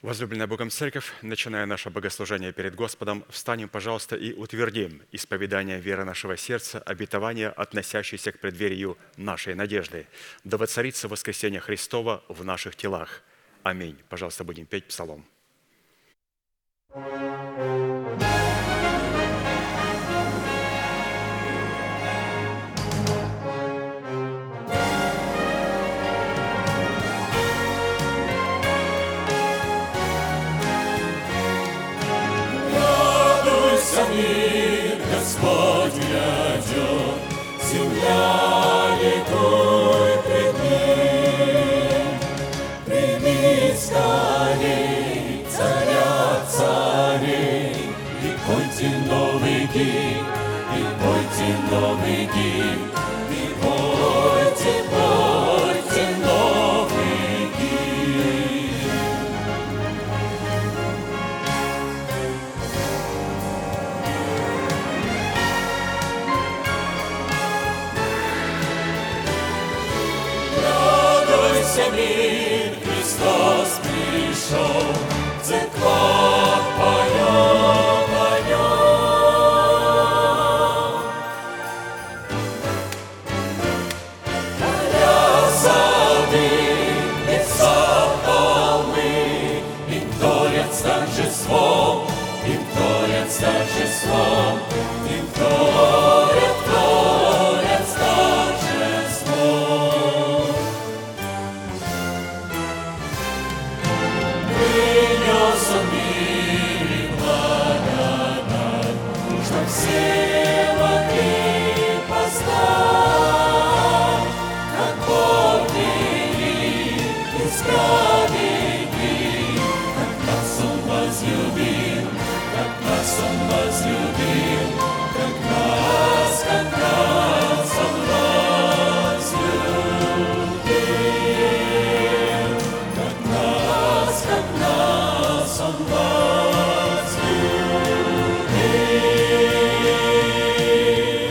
Возлюбленная Богом Церковь, начиная наше богослужение перед Господом, встанем, пожалуйста, и утвердим исповедание веры нашего сердца, обетования, относящиеся к преддверию нашей надежды. Да воцарится воскресение Христова в наших телах. Аминь. Пожалуйста, будем петь псалом. Мир Господь грядет, земля ликуй пред Ним. Прими скорей царя царей, и пойте новый гимн, и пойте новый гимн, и пойте, пойте новый гимн. Мир Христос пришел, церковь поет о нем. Поля сады, леса, холмы, им вторят с торжеством, им вторят с торжеством, им вторят с торжеством. Принес он мир и благодать, чтоб все могли познать, как Бог велик и справедлив, как нас Он возлюбил, как нас Он возлюбил, как нас Он возлюбил, как нас Он возлюбил.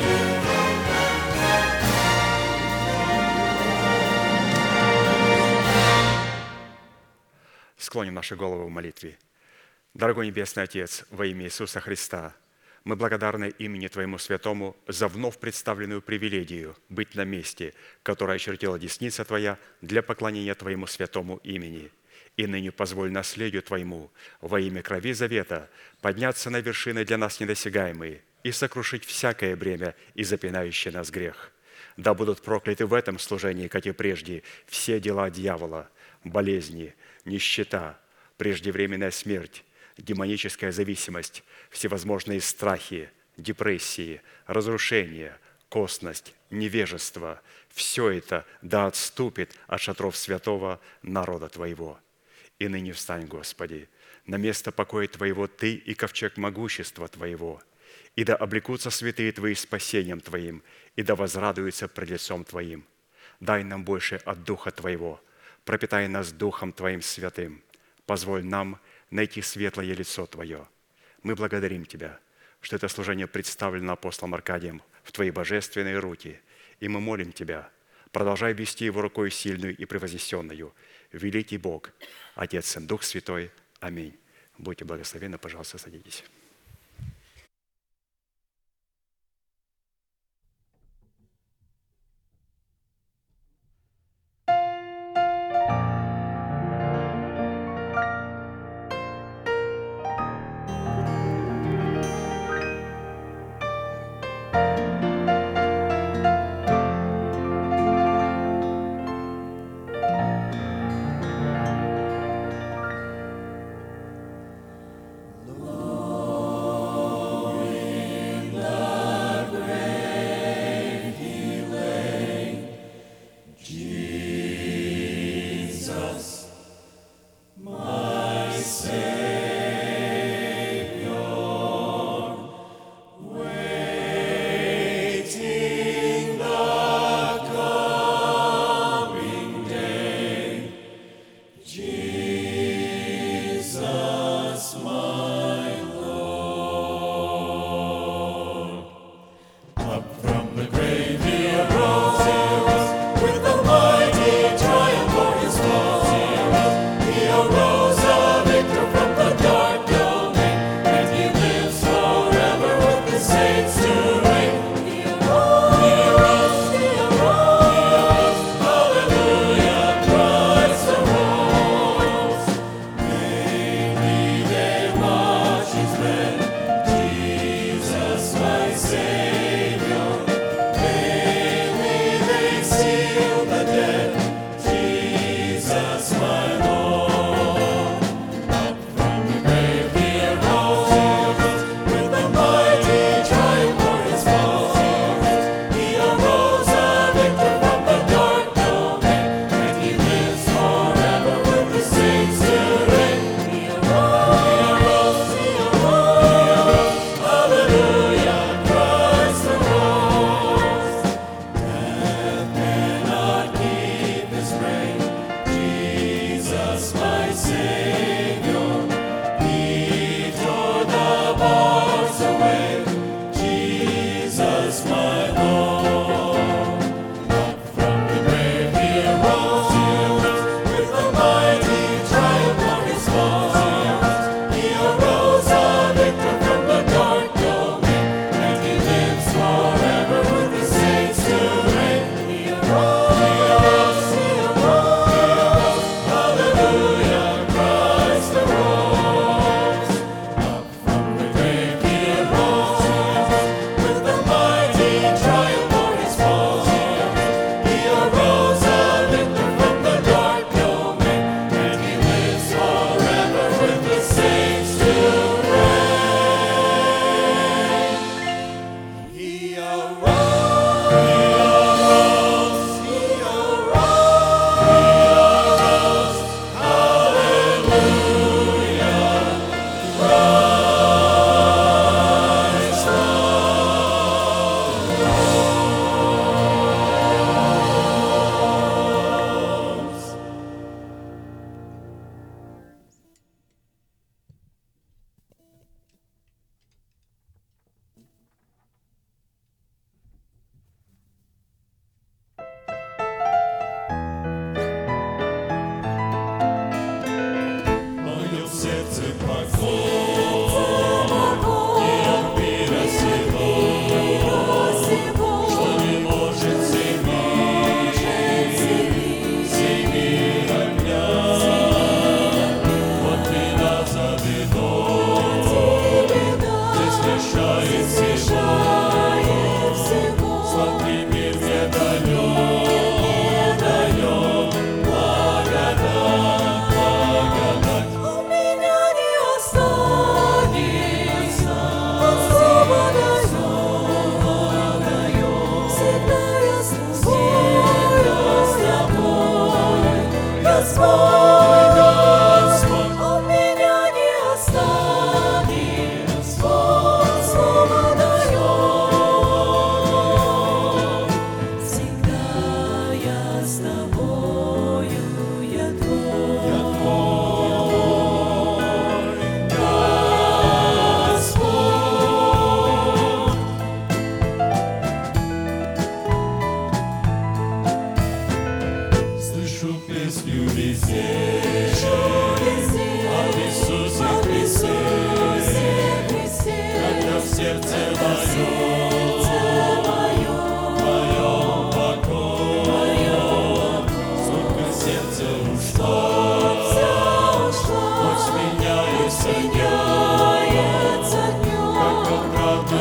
Склоним наши головы в молитве. Дорогой Небесный Отец, во имя Иисуса Христа, мы благодарны имени Твоему Святому за вновь представленную привилегию быть на месте, которое очертила десница Твоя для поклонения Твоему святому имени. И ныне позволь наследию Твоему во имя крови завета подняться на вершины для нас недосягаемые и сокрушить всякое бремя и запинающий нас грех. Да будут прокляты в этом служении, как и прежде, все дела дьявола, болезни, нищета, преждевременная смерть, демоническая зависимость, всевозможные страхи, депрессии, разрушения, косность, невежество – все это да отступит от шатров святого народа Твоего. И ныне встань, Господи, на место покоя Твоего Ты и ковчег могущества Твоего, и да облекутся святые Твои спасением Твоим, и да возрадуются пред лицом Твоим. Дай нам больше от Духа Твоего, пропитай нас Духом Твоим святым, позволь нам найти светлое лицо Твое. Мы благодарим Тебя, что это служение представлено апостолом Аркадием в Твои божественные руки, и мы молим Тебя, продолжай вести его рукой сильную и превознесенную, великий Бог, Отец, Сын, Дух Святой. Аминь. Будьте благословенны, пожалуйста, садитесь. Lord, везде, об Иисусе Христе, когда в сердце моем покой, сколько сердце ушло, пусть меняется днем, как правда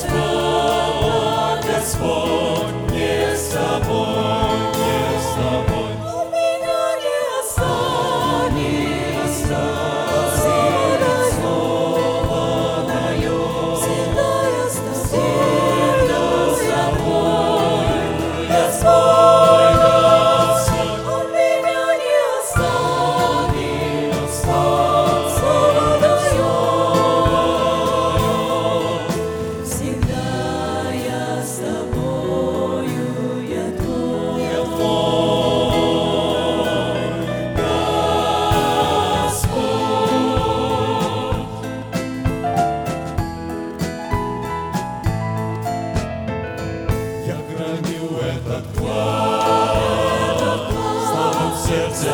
Господь не с тобой, не с тобой. У меня не останется слово мое, всегда я с тобой, Господь. У меня не останется слово мое, всегда я с тобою, я твой. Я храню этот клад, слава в сердце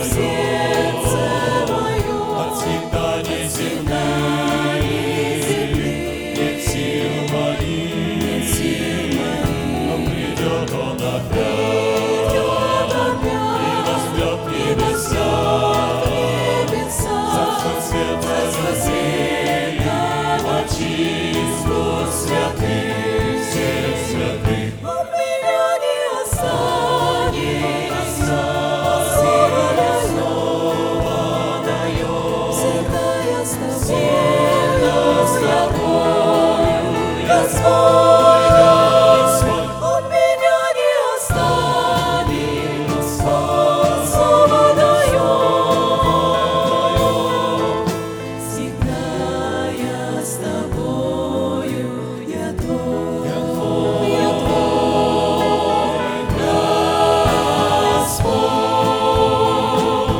моем, от свиданий земных, нет сил моих, но придет Он опять и возьмет небеса, царство света людей, отчизну святых, всех святых. У меня не останется слово мое, всегда я с тобою, Господь. У меня не останется слово мое, всегда я с тобою, я твой, я твой, Господь.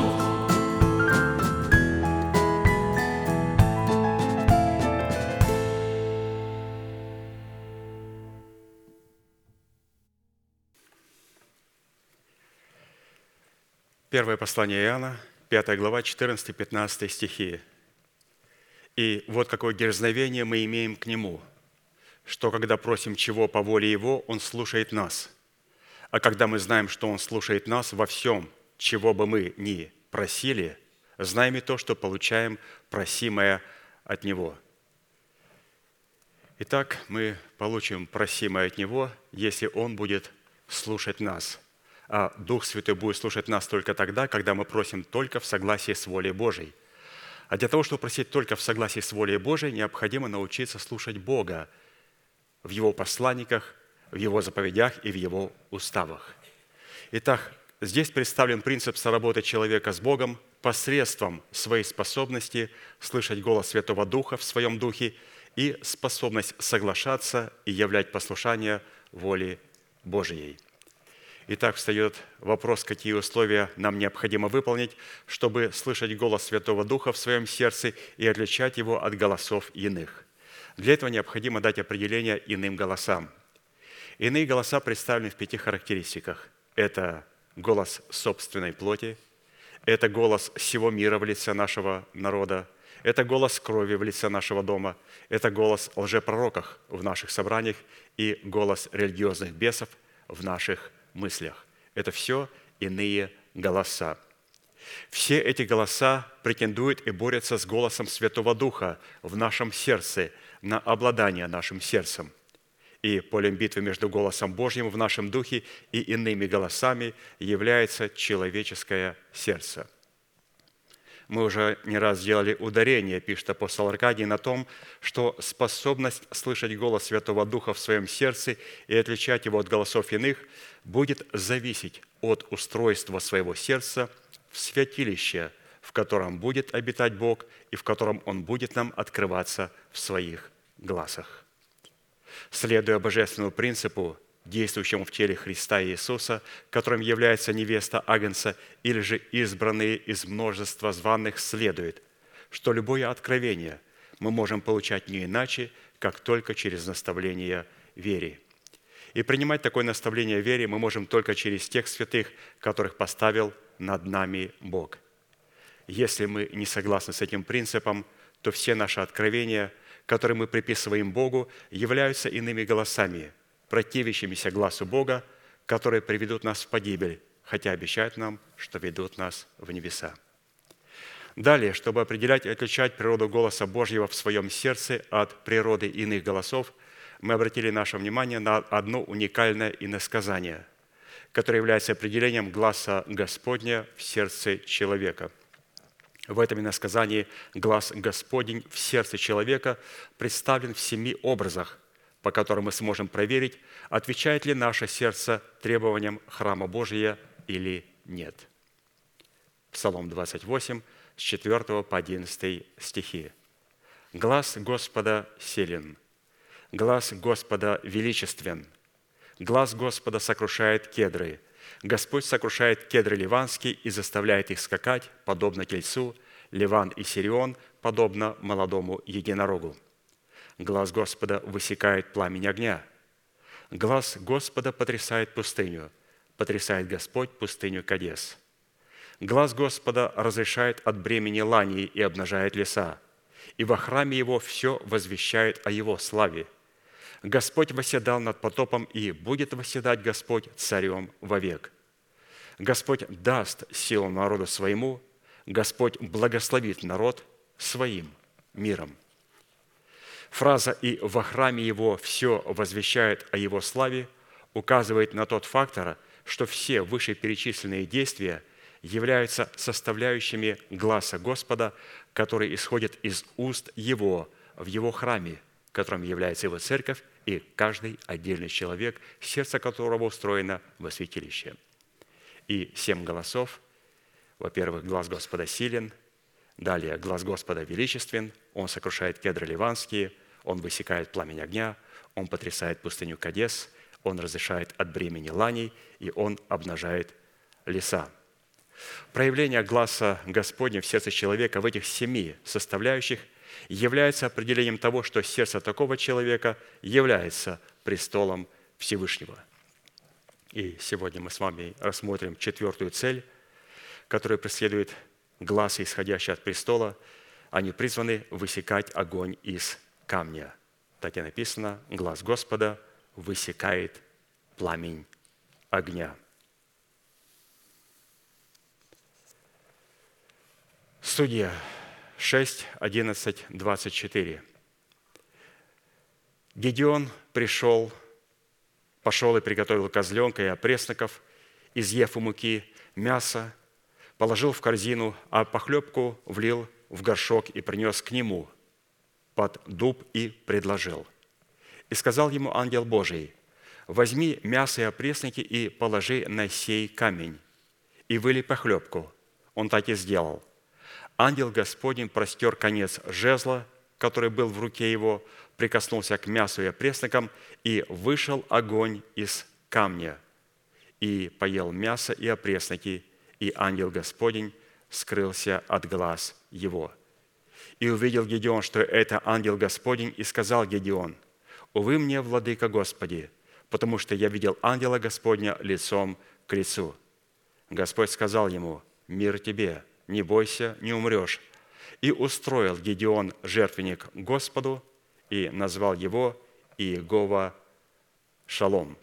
Первое послание Иоанна, 5 глава, 14-15 стихи. «И вот какое дерзновение мы имеем к Нему, что когда просим чего по воле Его, Он слушает нас. А когда мы знаем, что Он слушает нас во всем, чего бы мы ни просили, знаем и то, что получаем просимое от Него». Итак, мы получим просимое от Него, если Он будет слушать нас. А Дух Святой будет слушать нас только тогда, когда мы просим только в согласии с волей Божией. А для того, чтобы просить только в согласии с волей Божией, необходимо научиться слушать Бога в Его посланниках, в Его заповедях и в Его уставах. Итак, здесь представлен принцип соработы человека с Богом посредством своей способности слышать голос Святого Духа в своем духе и способность соглашаться и являть послушание воле Божией. Итак, встает вопрос, какие условия нам необходимо выполнить, чтобы слышать голос Святого Духа в своем сердце и отличать его от голосов иных. Для этого необходимо дать определение иным голосам. Иные голоса представлены в 5 характеристиках. Это голос собственной плоти, это голос всего мира в лице нашего народа, это голос крови в лице нашего дома, это голос лжепророков в наших собраниях и голос религиозных бесов в наших мыслях. Это все иные голоса. Все эти голоса претендуют и борются с голосом Святого Духа в нашем сердце, на обладание нашим сердцем. И полем битвы между голосом Божьим в нашем духе и иными голосами является человеческое сердце. Мы уже не раз делали ударение, пишет апостол Аркадий, на том, что способность слышать голос Святого Духа в своем сердце и отличать его от голосов иных будет зависеть от устройства своего сердца в святилище, в котором будет обитать Бог и в котором Он будет нам открываться в своих глазах. Следуя божественному принципу, действующему в теле Христа Иисуса, которым является невеста Агнца, или же избранные из множества званых, следует, что любое откровение мы можем получать не иначе, как только через наставление вере. И принимать такое наставление вере мы можем только через тех святых, которых поставил над нами Бог». Если мы не согласны с этим принципом, то все наши откровения, которые мы приписываем Богу, являются иными голосами, противящимися глазу Бога, которые приведут нас в погибель, хотя обещают нам, что ведут нас в небеса. Далее, чтобы определять и отличать природу голоса Божьего в своем сердце от природы иных голосов, мы обратили наше внимание на одно уникальное иносказание, которое является определением гласа Господня в сердце человека. В этом иносказании глас Господень в сердце человека представлен в 7 образах, по которым мы сможем проверить, отвечает ли наше сердце требованиям храма Божия или нет. Псалом 28, с 4 по 11 стихи. «Глас Господа силен, глас Господа величествен, глас Господа сокрушает кедры, Господь сокрушает кедры ливанские и заставляет их скакать, подобно тельцу, Ливан и Сирион, подобно молодому единорогу. Глас Господа высекает пламень огня. Глас Господа потрясает пустыню, потрясает Господь пустыню Кадес. Глас Господа разрешает от бремени лании и обнажает леса, и во храме Его все возвещает о Его славе. Господь восседал над потопом, и будет восседать Господь царем вовек. Господь даст силу народу своему, Господь благословит народ своим миром». Фраза «и во храме Его все возвещает о Его славе» указывает на тот фактор, что все вышеперечисленные действия являются составляющими гласа Господа, который исходит из уст Его в Его храме, которым является Его церковь и каждый отдельный человек, сердце которого устроено во святилище. И 7 голосов. Во-первых, глас Господа силен, далее глас Господа величествен, Он сокрушает кедры ливанские, Он высекает пламень огня, Он потрясает пустыню Кадес, Он разрешает от бремени ланей, и Он обнажает леса. Проявление гласа Господня в сердце человека в этих 7 составляющих является определением того, что сердце такого человека является престолом Всевышнего. И сегодня мы с вами рассмотрим 4-ю цель, которую преследует глаз, исходящий от престола. Они призваны высекать огонь из камня. Так и написано: «Глас Господа высекает пламень огня». Судья 6, 11, 24. Гедеон пошел и приготовил козленка и опресноков из ефы муки, мясо, положил в корзину, а похлебку влил в горшок и принес к нему под дуб и предложил. И сказал ему ангел Божий: «Возьми мясо и опресники и положи на сей камень, и вылей похлебку». Он так и сделал. Ангел Господень простер конец жезла, который был в руке его, прикоснулся к мясу и опреснокам, и вышел огонь из камня, и поел мясо и опресноки, и ангел Господень скрылся от глаз его. И увидел Гедеон, что это ангел Господень, и сказал Гедеон: «Увы мне, владыка Господи, потому что я видел ангела Господня лицом к лицу». Господь сказал ему: «Мир тебе, не бойся, не умрешь». И устроил Гедеон жертвенник Господу, и назвал его Иегова Шалом.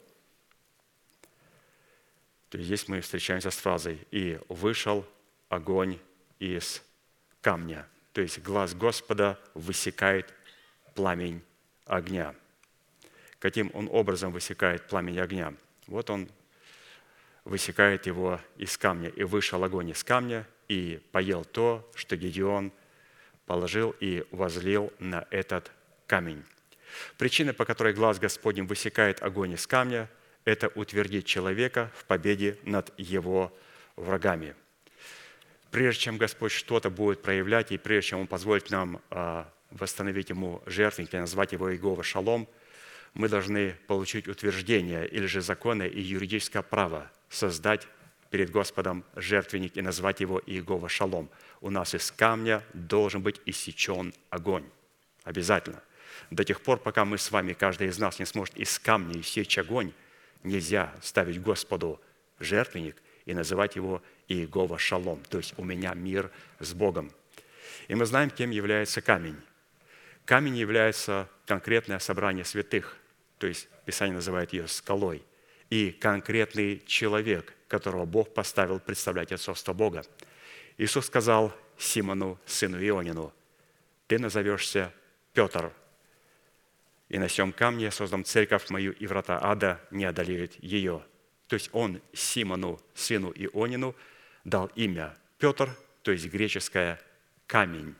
То есть здесь мы встречаемся с фразой «и вышел огонь из камня». То есть глаз Господа высекает пламень огня. Каким он образом высекает пламень огня? Вот он высекает его из камня. «И вышел огонь из камня, и поел то, что Гедеон положил и возлил на этот камень». Причина, по которой глаз Господень высекает огонь из камня, это утвердить человека в победе над его врагами. Прежде чем Господь что-то будет проявлять, и прежде чем Он позволит нам восстановить Ему жертвенник, и назвать его Иегова Шалом, мы должны получить утверждение или же законное и юридическое право создать перед Господом жертвенник и назвать его Иегова Шалом. У нас из камня должен быть иссечен огонь. Обязательно. До тех пор, пока мы с вами, каждый из нас, не сможет из камня иссечь огонь, нельзя ставить Господу жертвенник и называть его Иегова Шалом, то есть у меня мир с Богом. И мы знаем, кем является камень. Камень является конкретное собрание святых, то есть Писание называет ее скалой, и конкретный человек, которого Бог поставил представлять отцовство Бога. Иисус сказал Симону, сыну Ионину: «Ты назовешься Петр, и на сем камне я создам церковь мою, и врата ада не одолеют ее». То есть Он Симону, сыну Ионину, дал имя Петр, то есть греческое «камень».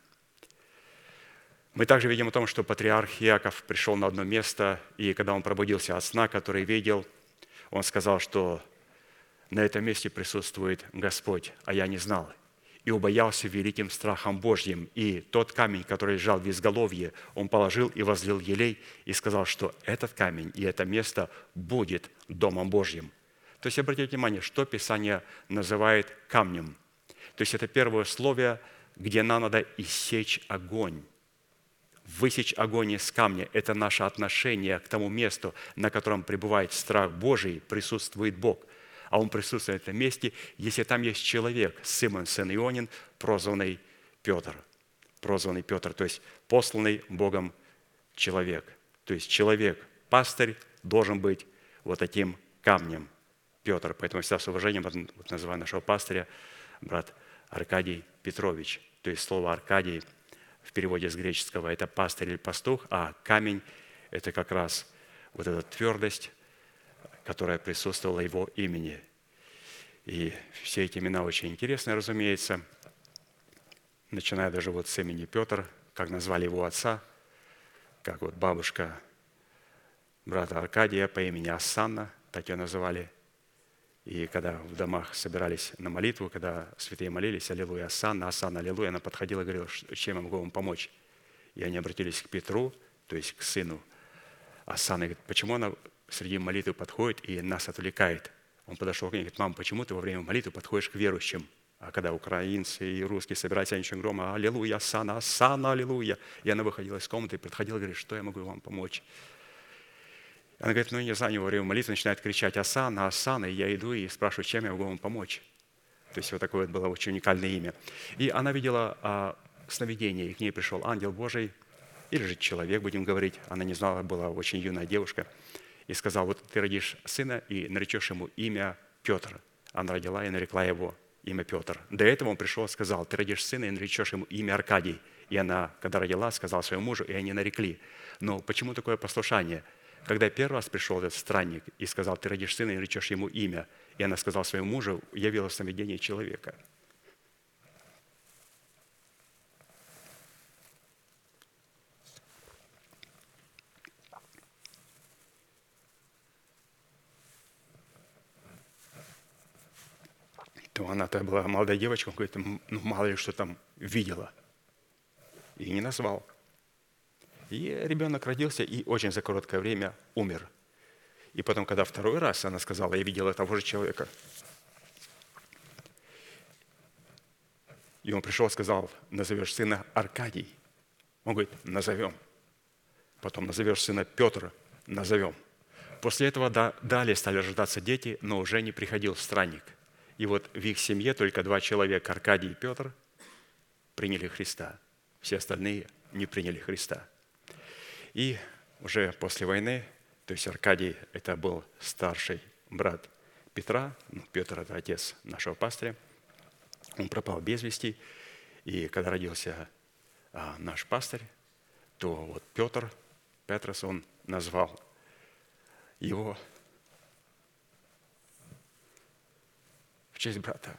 Мы также видим о том, что патриарх Иаков пришел на одно место, и когда он пробудился от сна, который видел, он сказал, что на этом месте присутствует Господь, а я не знал, и убоялся великим страхом Божьим. И тот камень, который лежал в изголовье, он положил и возлил елей, и сказал, что этот камень и это место будет Домом Божьим. То есть обратите внимание, что Писание называет камнем. То есть это первое условие, где нам надо иссечь огонь. Высечь огонь из камня – это наше отношение к тому месту, на котором пребывает страх Божий, присутствует Бог. А Он присутствует на этом месте, если там есть человек, Симон, сын Ионин, прозванный Петр. Прозванный Петр, то есть посланный Богом человек. То есть человек, пастырь, должен быть вот таким камнем, Петр. Поэтому всегда с уважением называю нашего пастыря брат Аркадий Петрович. То есть слово «Аркадий» в переводе с греческого – это пастырь или пастух, а камень – это как раз вот эта твердость, которая присутствовала в его имени. И все эти имена очень интересные, разумеется, начиная даже вот с имени Петр, как назвали его отца, как вот бабушка брата Аркадия по имени Асанна, так ее называли. И когда в домах собирались на молитву, когда святые молились, аллилуйя, Асанна, Асанна, аллилуйя, она подходила и говорила, чем я могу вам помочь. И они обратились к Петру, то есть к сыну Асанны, и говорит, почему она среди молитвы подходит и нас отвлекает. Он подошел к ней и говорит, мама, почему ты во время молитвы подходишь к верующим? А когда украинцы и русские собираются, они очень громко, аллилуйя, Асанна, Асанна, аллилуйя. И она выходила из комнаты и подходила и говорит, что я могу вам помочь? Она говорит, я не знаю, во время молитвы начинает кричать «Асана, Асана», и я иду и спрашиваю, чем я могу вам помочь. То есть вот такое было очень уникальное имя. И она видела сновидение, и к ней пришел ангел Божий, или же человек, будем говорить, она не знала, была очень юная девушка, и сказал, вот ты родишь сына и наречешь ему имя Петр. Она родила и нарекла его имя Петр. До этого он пришел и сказал, ты родишь сына и наречешь ему имя Аркадий. И она, когда родила, сказала своему мужу, и они нарекли. Но почему такое послушание? Когда первый раз пришел этот странник и сказал, ты родишь сына и наречешь ему имя, и она сказала своему мужу, явилось сновидение человека. То она-то была молодая девочка, он говорит, мало ли что там видела. И не назвал. И ребенок родился и очень за короткое время умер. И потом, когда второй раз она сказала, я видела того же человека. И он пришел и сказал, назовешь сына Аркадий. Он говорит, назовем. Потом назовешь сына Петр, назовем. После этого далее стали рождаться дети, но уже не приходил странник. И вот в их семье только 2 человека, Аркадий и Петр, приняли Христа. Все остальные не приняли Христа. И уже после войны, то есть Аркадий – это был старший брат Петра, Петр – это отец нашего пастыря, он пропал без вести, и когда родился наш пастырь, то вот Петр, Петрос, он назвал его в честь брата.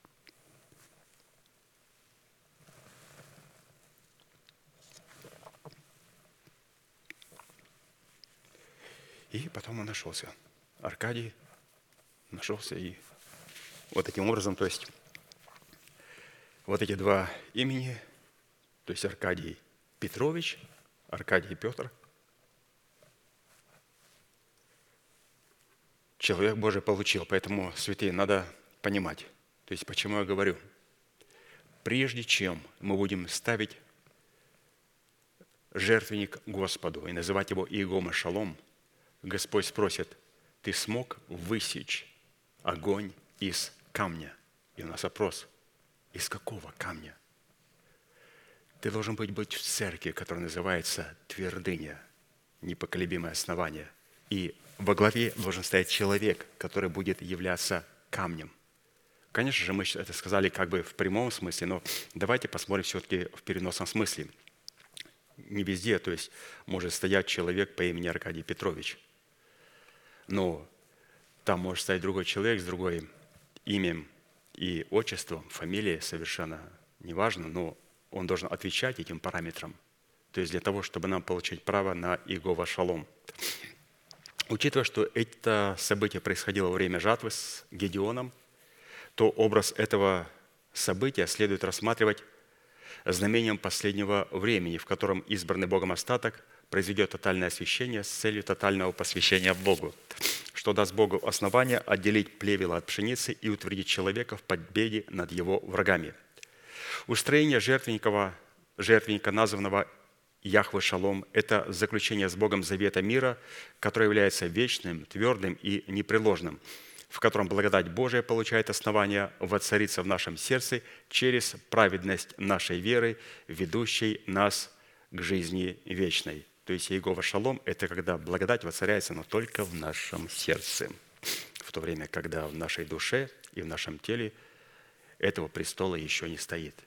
И потом он нашелся. Аркадий нашелся. И вот таким образом, то есть вот эти 2 имени, то есть Аркадий Петрович, Аркадий Петр, человек Божий получил. Поэтому, святые, надо понимать. То есть почему я говорю, прежде чем мы будем ставить жертвенник Господу и называть его Иегова Шалом, Господь спросит, ты смог высечь огонь из камня? И у нас вопрос, из какого камня? Ты должен быть в церкви, которая называется твердыня, непоколебимое основание. И во главе должен стоять человек, который будет являться камнем. Конечно же, мы это сказали как бы в прямом смысле, но давайте посмотрим все-таки в переносном смысле. Не везде, то есть может стоять человек по имени Аркадий Петрович, но там может стоять другой человек с другим именем и отчеством, фамилией, совершенно неважно, но он должен отвечать этим параметрам. То есть для того, чтобы нам получить право на Иегова Шалом. Учитывая, что это событие происходило во время жатвы с Гедеоном, то образ этого события следует рассматривать знамением последнего времени, в котором избранный Богом остаток произведет тотальное освящение с целью тотального посвящения Богу, что даст Богу основание отделить плевело от пшеницы и утвердить человека в победе над его врагами. Устроение жертвенника, названного Яхве Шалом, это заключение с Богом завета мира, которое является вечным, твердым и непреложным, в котором благодать Божия получает основание воцариться в нашем сердце через праведность нашей веры, ведущей нас к жизни вечной. То есть Иегова Шалом – это когда благодать воцаряется, но только в нашем сердце, в то время, когда в нашей душе и в нашем теле этого престола еще не стоит.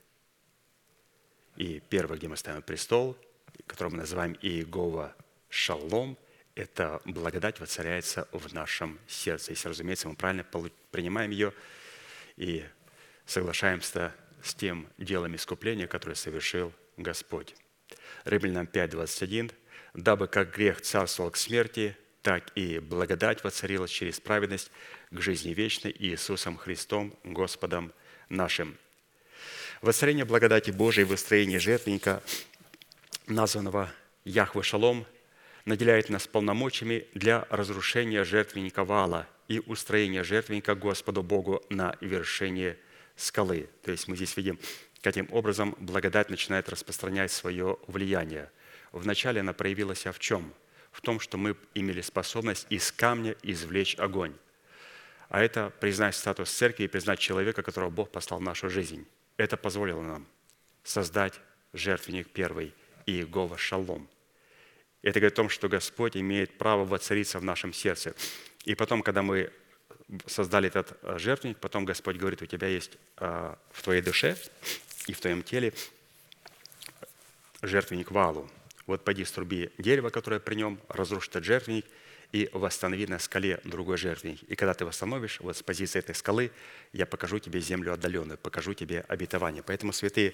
И первое, где мы ставим престол, который мы называем Иегова Шалом, эта благодать воцаряется в нашем сердце. Если, разумеется, мы правильно принимаем ее и соглашаемся с тем делом искупления, которое совершил Господь. Римлянам 5:21. «Дабы как грех царствовал к смерти, так и благодать воцарилась через праведность к жизни вечной Иисусом Христом, Господом нашим». Воцарение благодати Божией в устроении жертвенника, названного Яхве Шалом, наделяет нас полномочиями для разрушения жертвенника Ваала и устроения жертвенника Господу Богу на вершине скалы. То есть мы здесь видим, каким образом благодать начинает распространять свое влияние. Вначале она проявилась в чем? В том, что мы имели способность из камня извлечь огонь. А это признать статус церкви и признать человека, которого Бог послал в нашу жизнь. Это позволило нам создать жертвенник первый, Иегова Шалом. Это говорит о том, что Господь имеет право воцариться в нашем сердце. И потом, когда мы создали этот жертвенник, потом Господь говорит, у тебя есть в твоей душе и в твоем теле жертвенник Ваалу. Вот пойди сруби дерево, которое при нем, разруши этот жертвенник и восстанови на скале другой жертвенник. И когда ты восстановишь, вот с позиции этой скалы, я покажу тебе землю отдаленную, покажу тебе обетование. Поэтому, святые,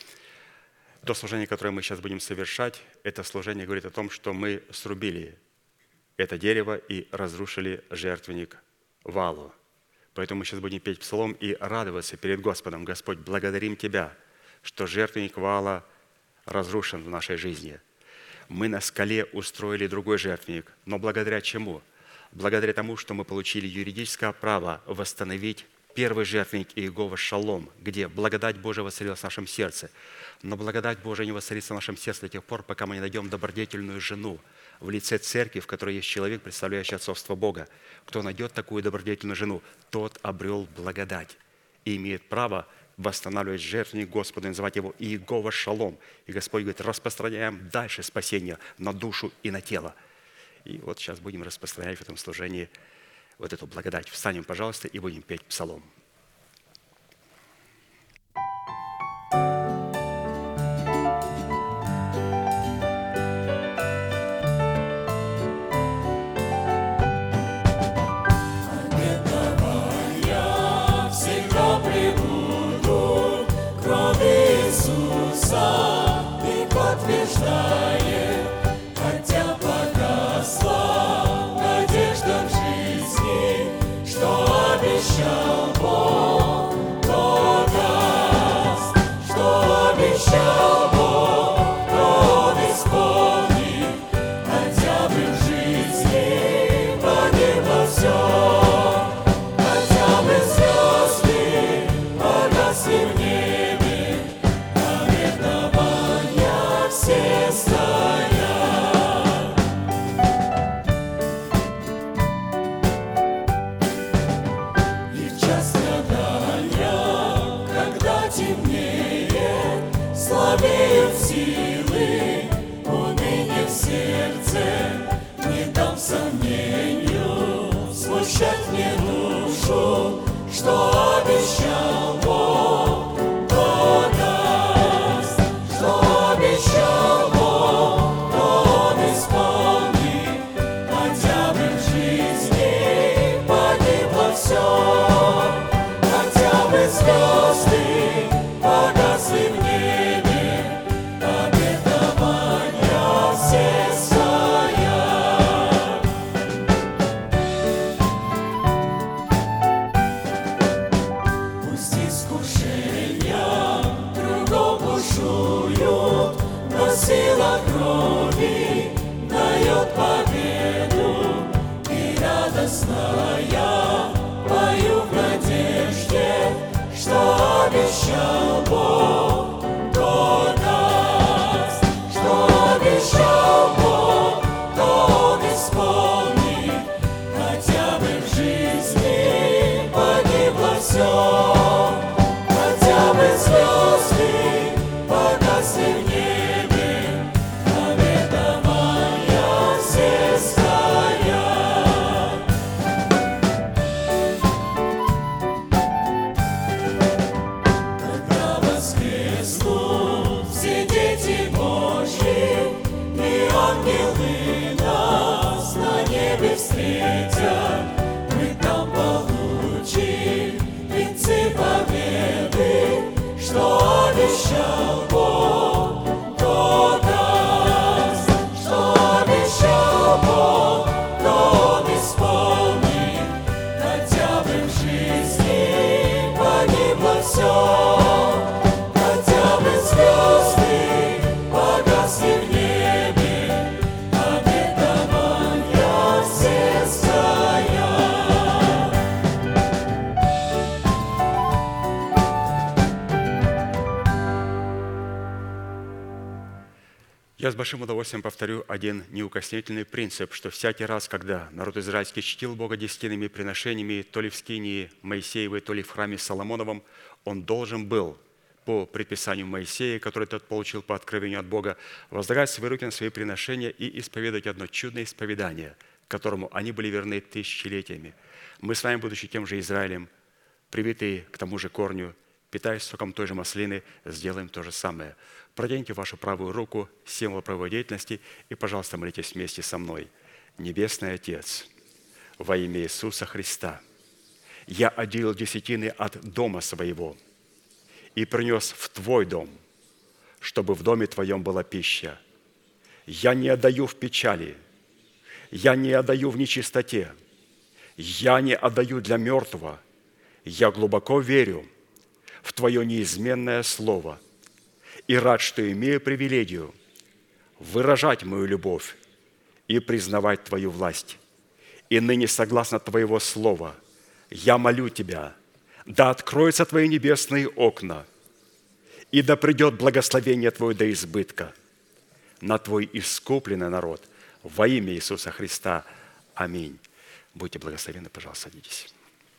то служение, которое мы сейчас будем совершать, это служение говорит о том, что мы срубили это дерево и разрушили жертвенник Ваалу. Поэтому мы сейчас будем петь псалом и радоваться перед Господом. Господь, благодарим Тебя, что жертвенник Ваала разрушен в нашей жизни. Мы на скале устроили другой жертвенник. Но благодаря чему? Благодаря тому, что мы получили юридическое право восстановить первый жертвенник Иегова Шалом, где благодать Божия воцарилась в нашем сердце. Но благодать Божия не воцарится в нашем сердце до тех пор, пока мы не найдем добродетельную жену в лице церкви, в которой есть человек, представляющий отцовство Бога. Кто найдет такую добродетельную жену, тот обрел благодать и имеет право восстанавливать жертвенник Господа и называть его Иегова Шалом. И Господь говорит, распространяем дальше спасение на душу и на тело. И вот сейчас будем распространять в этом служении вот эту благодать. Встанем, пожалуйста, и будем петь псалом. Всегда прибуду, кроме Иисуса, и подтверждает, хотя погасла надежда в жизни, что обещал Бог. темнеет, слабеют силы, уныние в сердце, не дам сомнению смущать мне душу, что обещал Бог, то даст, что обещал Бог, то Он исполнит, хотя бы в жизни погибло все, хотя бы звезды погасли в небе, обетования все стоят. Пусть искушения кругом бушуют, но сила крови дает победу, и радостно я пою в надежде, что обещал Бог, то даст, что обещал Бог, то Он исполнит, хотя бы в жизни погибло все, хотя бы звезды погасли в небе, обетования все стоят. Когда воскреснут все дети Божьи, и ангелы нас на небе встретят, мы там получим венцы победы, что обещал Бог, то даст, что обещал Бог, то Он исполнит, хотя бы в жизни погибло все, хотя бы звезды погасли в небе, обетования все стоят. Я с большим удовольствием повторю один неукоснительный принцип, что всякий раз, когда народ израильский чтил Бога десятинными приношениями, то ли в скинии Моисеевой, то ли в храме Соломоновом, он должен был по предписанию Моисея, который тот получил по откровению от Бога, возлагать свои руки на свои приношения и исповедовать одно чудное исповедание, которому они были верны тысячелетиями. Мы с вами, будучи тем же Израилем, привитые к тому же корню, питаясь соком той же маслины, сделаем то же самое. Протяните вашу правую руку, символ правовой деятельности, и, пожалуйста, молитесь вместе со мной. Небесный Отец, во имя Иисуса Христа, я отделил десятины от дома своего и принес в Твой дом, чтобы в доме Твоем была пища. Я не отдаю в печали, я не отдаю в нечистоте, я не отдаю для мертвого, я глубоко верю в Твое неизменное Слово и рад, что имею привилегию выражать мою любовь и признавать Твою власть. И ныне, согласно Твоего Слова, я молю Тебя, да откроются Твои небесные окна, и да придет благословение Твое до избытка на Твой искупленный народ во имя Иисуса Христа. Аминь. Будьте благословенны, пожалуйста, садитесь.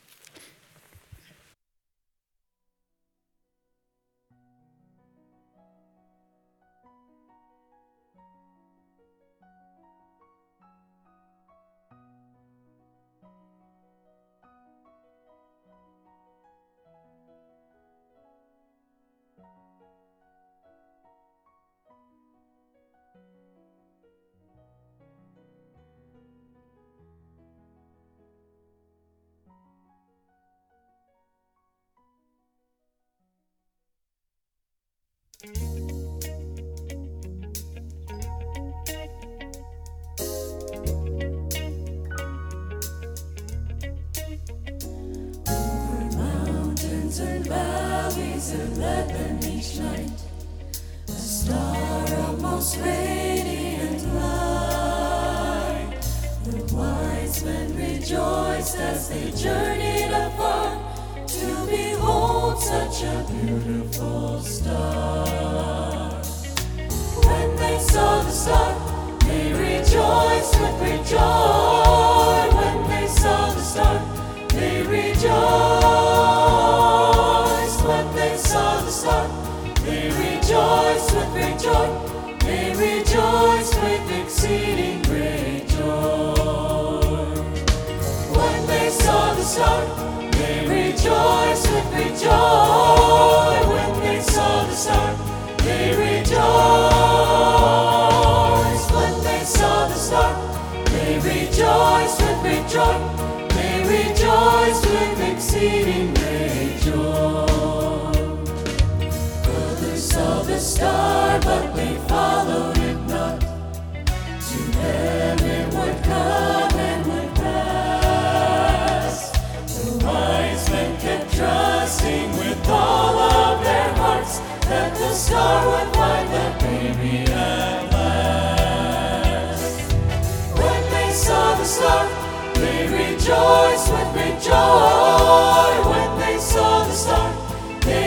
Mountains and valleys have led them each night. A star of most radiant light. The wise men rejoiced as they journeyed afar to behold such a beautiful star. When they saw the star, they rejoiced with great joy. When they saw the star, they rejoiced. When they saw the start, they rejoiced with great joy. They rejoiced with exceeding great joy. When they saw the star, they rejoiced with great joy. When they saw the star, they rejoiced. When they saw the star, they rejoiced with great joy. They rejoiced with exceeding great joy. Others saw the star, but they followed it not. To them it would come and would pass. The wise men kept trusting with all of their hearts that the star would find the baby at last. When they saw the star, they rejoiced with great joy. When they saw the star, they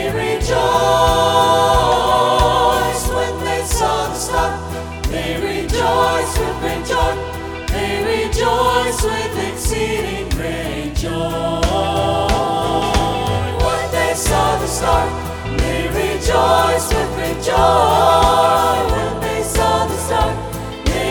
rejoiced. When they saw the star, they rejoiced with great joy. They rejoiced with exceeding great joy. When they saw the star, they rejoiced with great joy. When they saw the star, they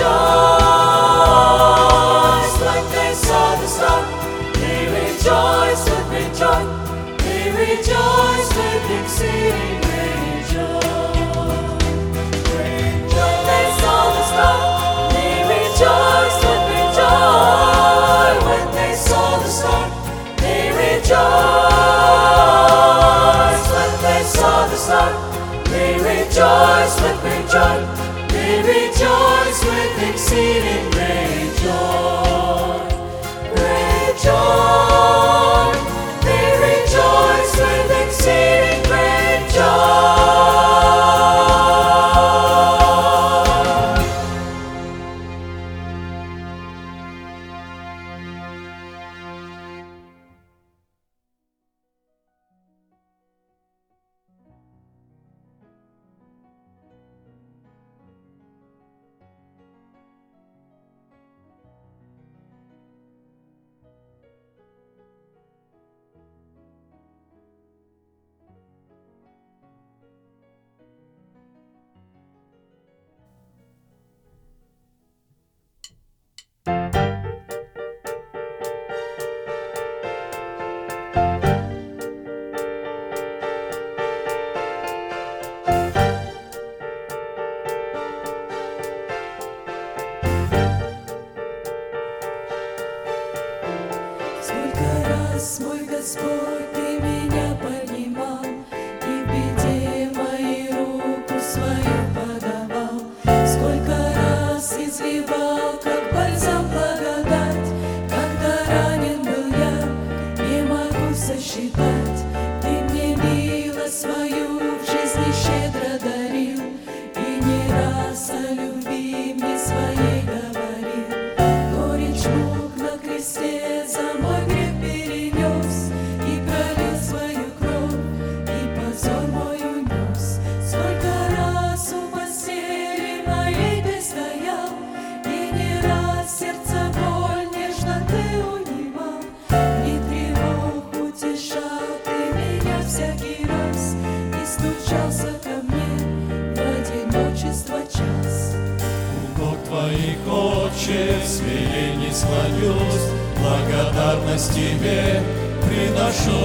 rejoiced. When they saw the star, they rejoiced with great joy. They rejoiced with exceeding great joy. When they saw the star, they rejoiced with great joy. When they saw the star, they rejoiced. When they saw the star, they rejoiced with great joy. They rejoiced with exceeding great joy. Great joy. They rejoiced with exceeding great joy. Сколько раз, мой Господь, Ты меня поднимал, и в беде моей руку свою подавал. Сколько раз изливал, как бальзам благодать, когда ранен был я, не могу сосчитать. Ты мне милость свою в жизни щедро дарил, и не раз о любви мне своей говорил. Горечь мук на кресте за мой грех перенес и пролил свою кровь, и позор мой унес. Сколько раз у постели моей ты стоял, и не раз сердце боль нежно ты унимал. Ни тревог утешал ты меня всякий раз, и стучался ко мне в одиночество час. У ног Твоих, Отче, в смирении склонюсь, благодарность Тебе приношу,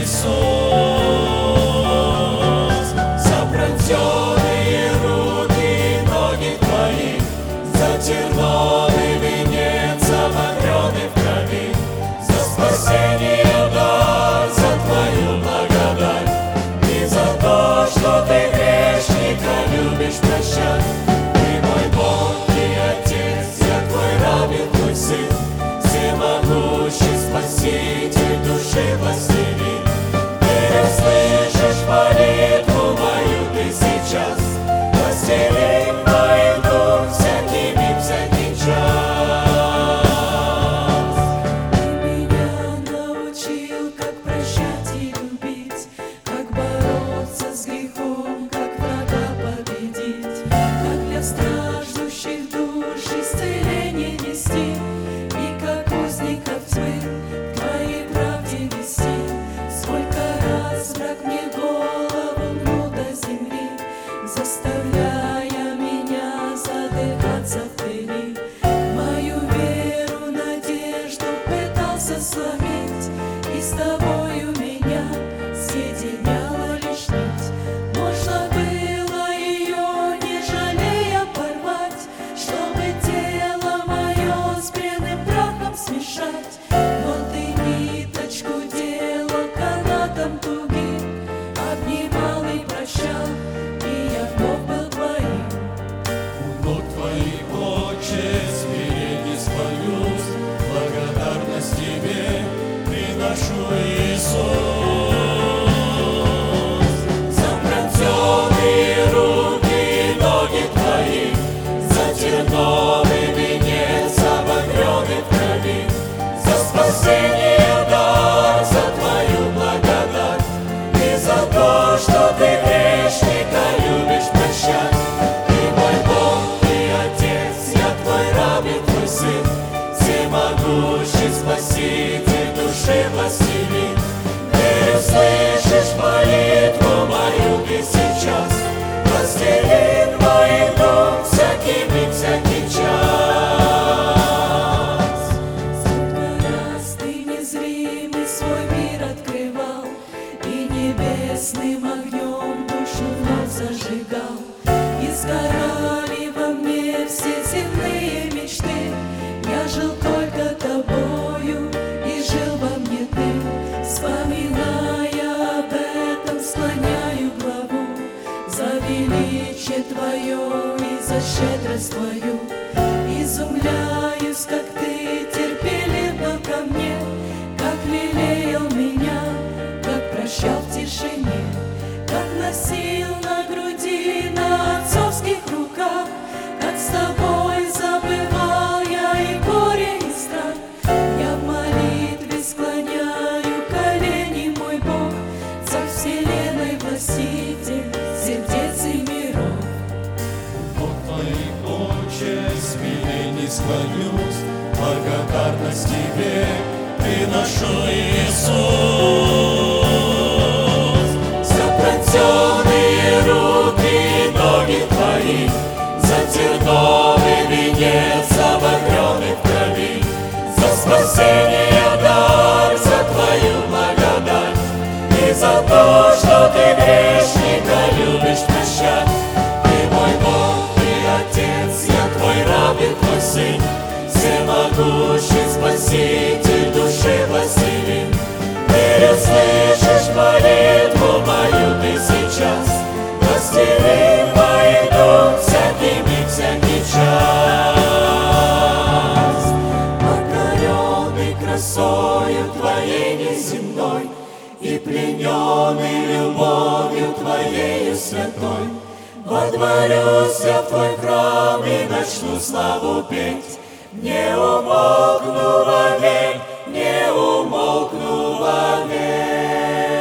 Иисус. За пронзенные руки и ноги Твои, за терновый венец, обогренный в крови, за спасение дар, за Твою благодать и за то, что Ты грешника любишь прощать. Ты мой Бог и Отец, я Твой раб и Твой Сын, всемогущий Спаситель души властелин. Перед небесным огнем душу вновь зажигал. И сгорали во мне все земные мечты. Я жил только тобою, и жил во мне ты. Вспоминая об этом, склоняю главу за величие твое и за щедрость твою. Изумляюсь, как ты терпелив был ко мне, как лелеял меня, как прощал в тишине, как носил на груди, на отцовских руках, как с тобой забывал я и горе, и страх. Я в молитве склоняю колени, мой Бог, царь вселенной, властитель сердец и миров. Ног твоих, Отче, смирение склонюсь, благодарность тебе приношу, Иисус. За протянутые руки и ноги твои, за терновый венец, обогренный в крови, за спасение дар, за твою благодать и за то, что ты грешника любишь прощать. Ты мой Бог, ты Отец, я твой раб и твой сын, всемогущий Спаситель души властелин. Ты услышишь молитву мою ты сейчас, властелин моих дух всякий миг, всякий час. Покоренный красою твоей неземной и плененный любовью твоею святой, водворюсь я в твой храм и начну славу петь. Не умолкну вовек, не умолкну вовек.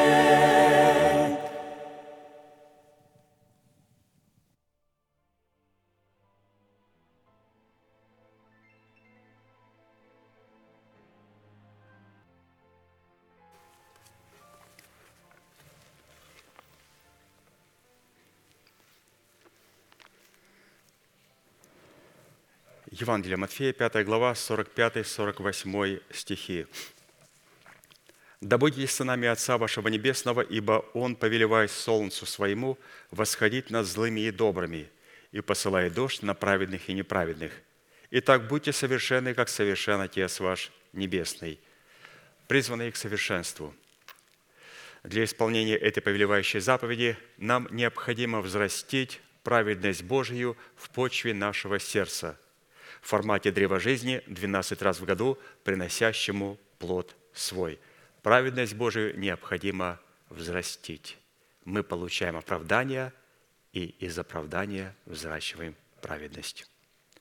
Евангелие Матфея, 5 глава, 45-48 стихи. «Да будете сынами Отца вашего Небесного, ибо Он повелевает солнцу своему восходить над злыми и добрыми, и посылает дождь на праведных и неправедных. Итак, будьте совершенны, как совершен Отец ваш Небесный». Призванные к совершенству. Для исполнения этой повелевающей заповеди нам необходимо взрастить праведность Божию в почве нашего сердца в формате древа жизни 12 раз в году, приносящему плод свой. Праведность Божию необходимо взрастить. Мы получаем оправдание, и из оправдания взращиваем праведность.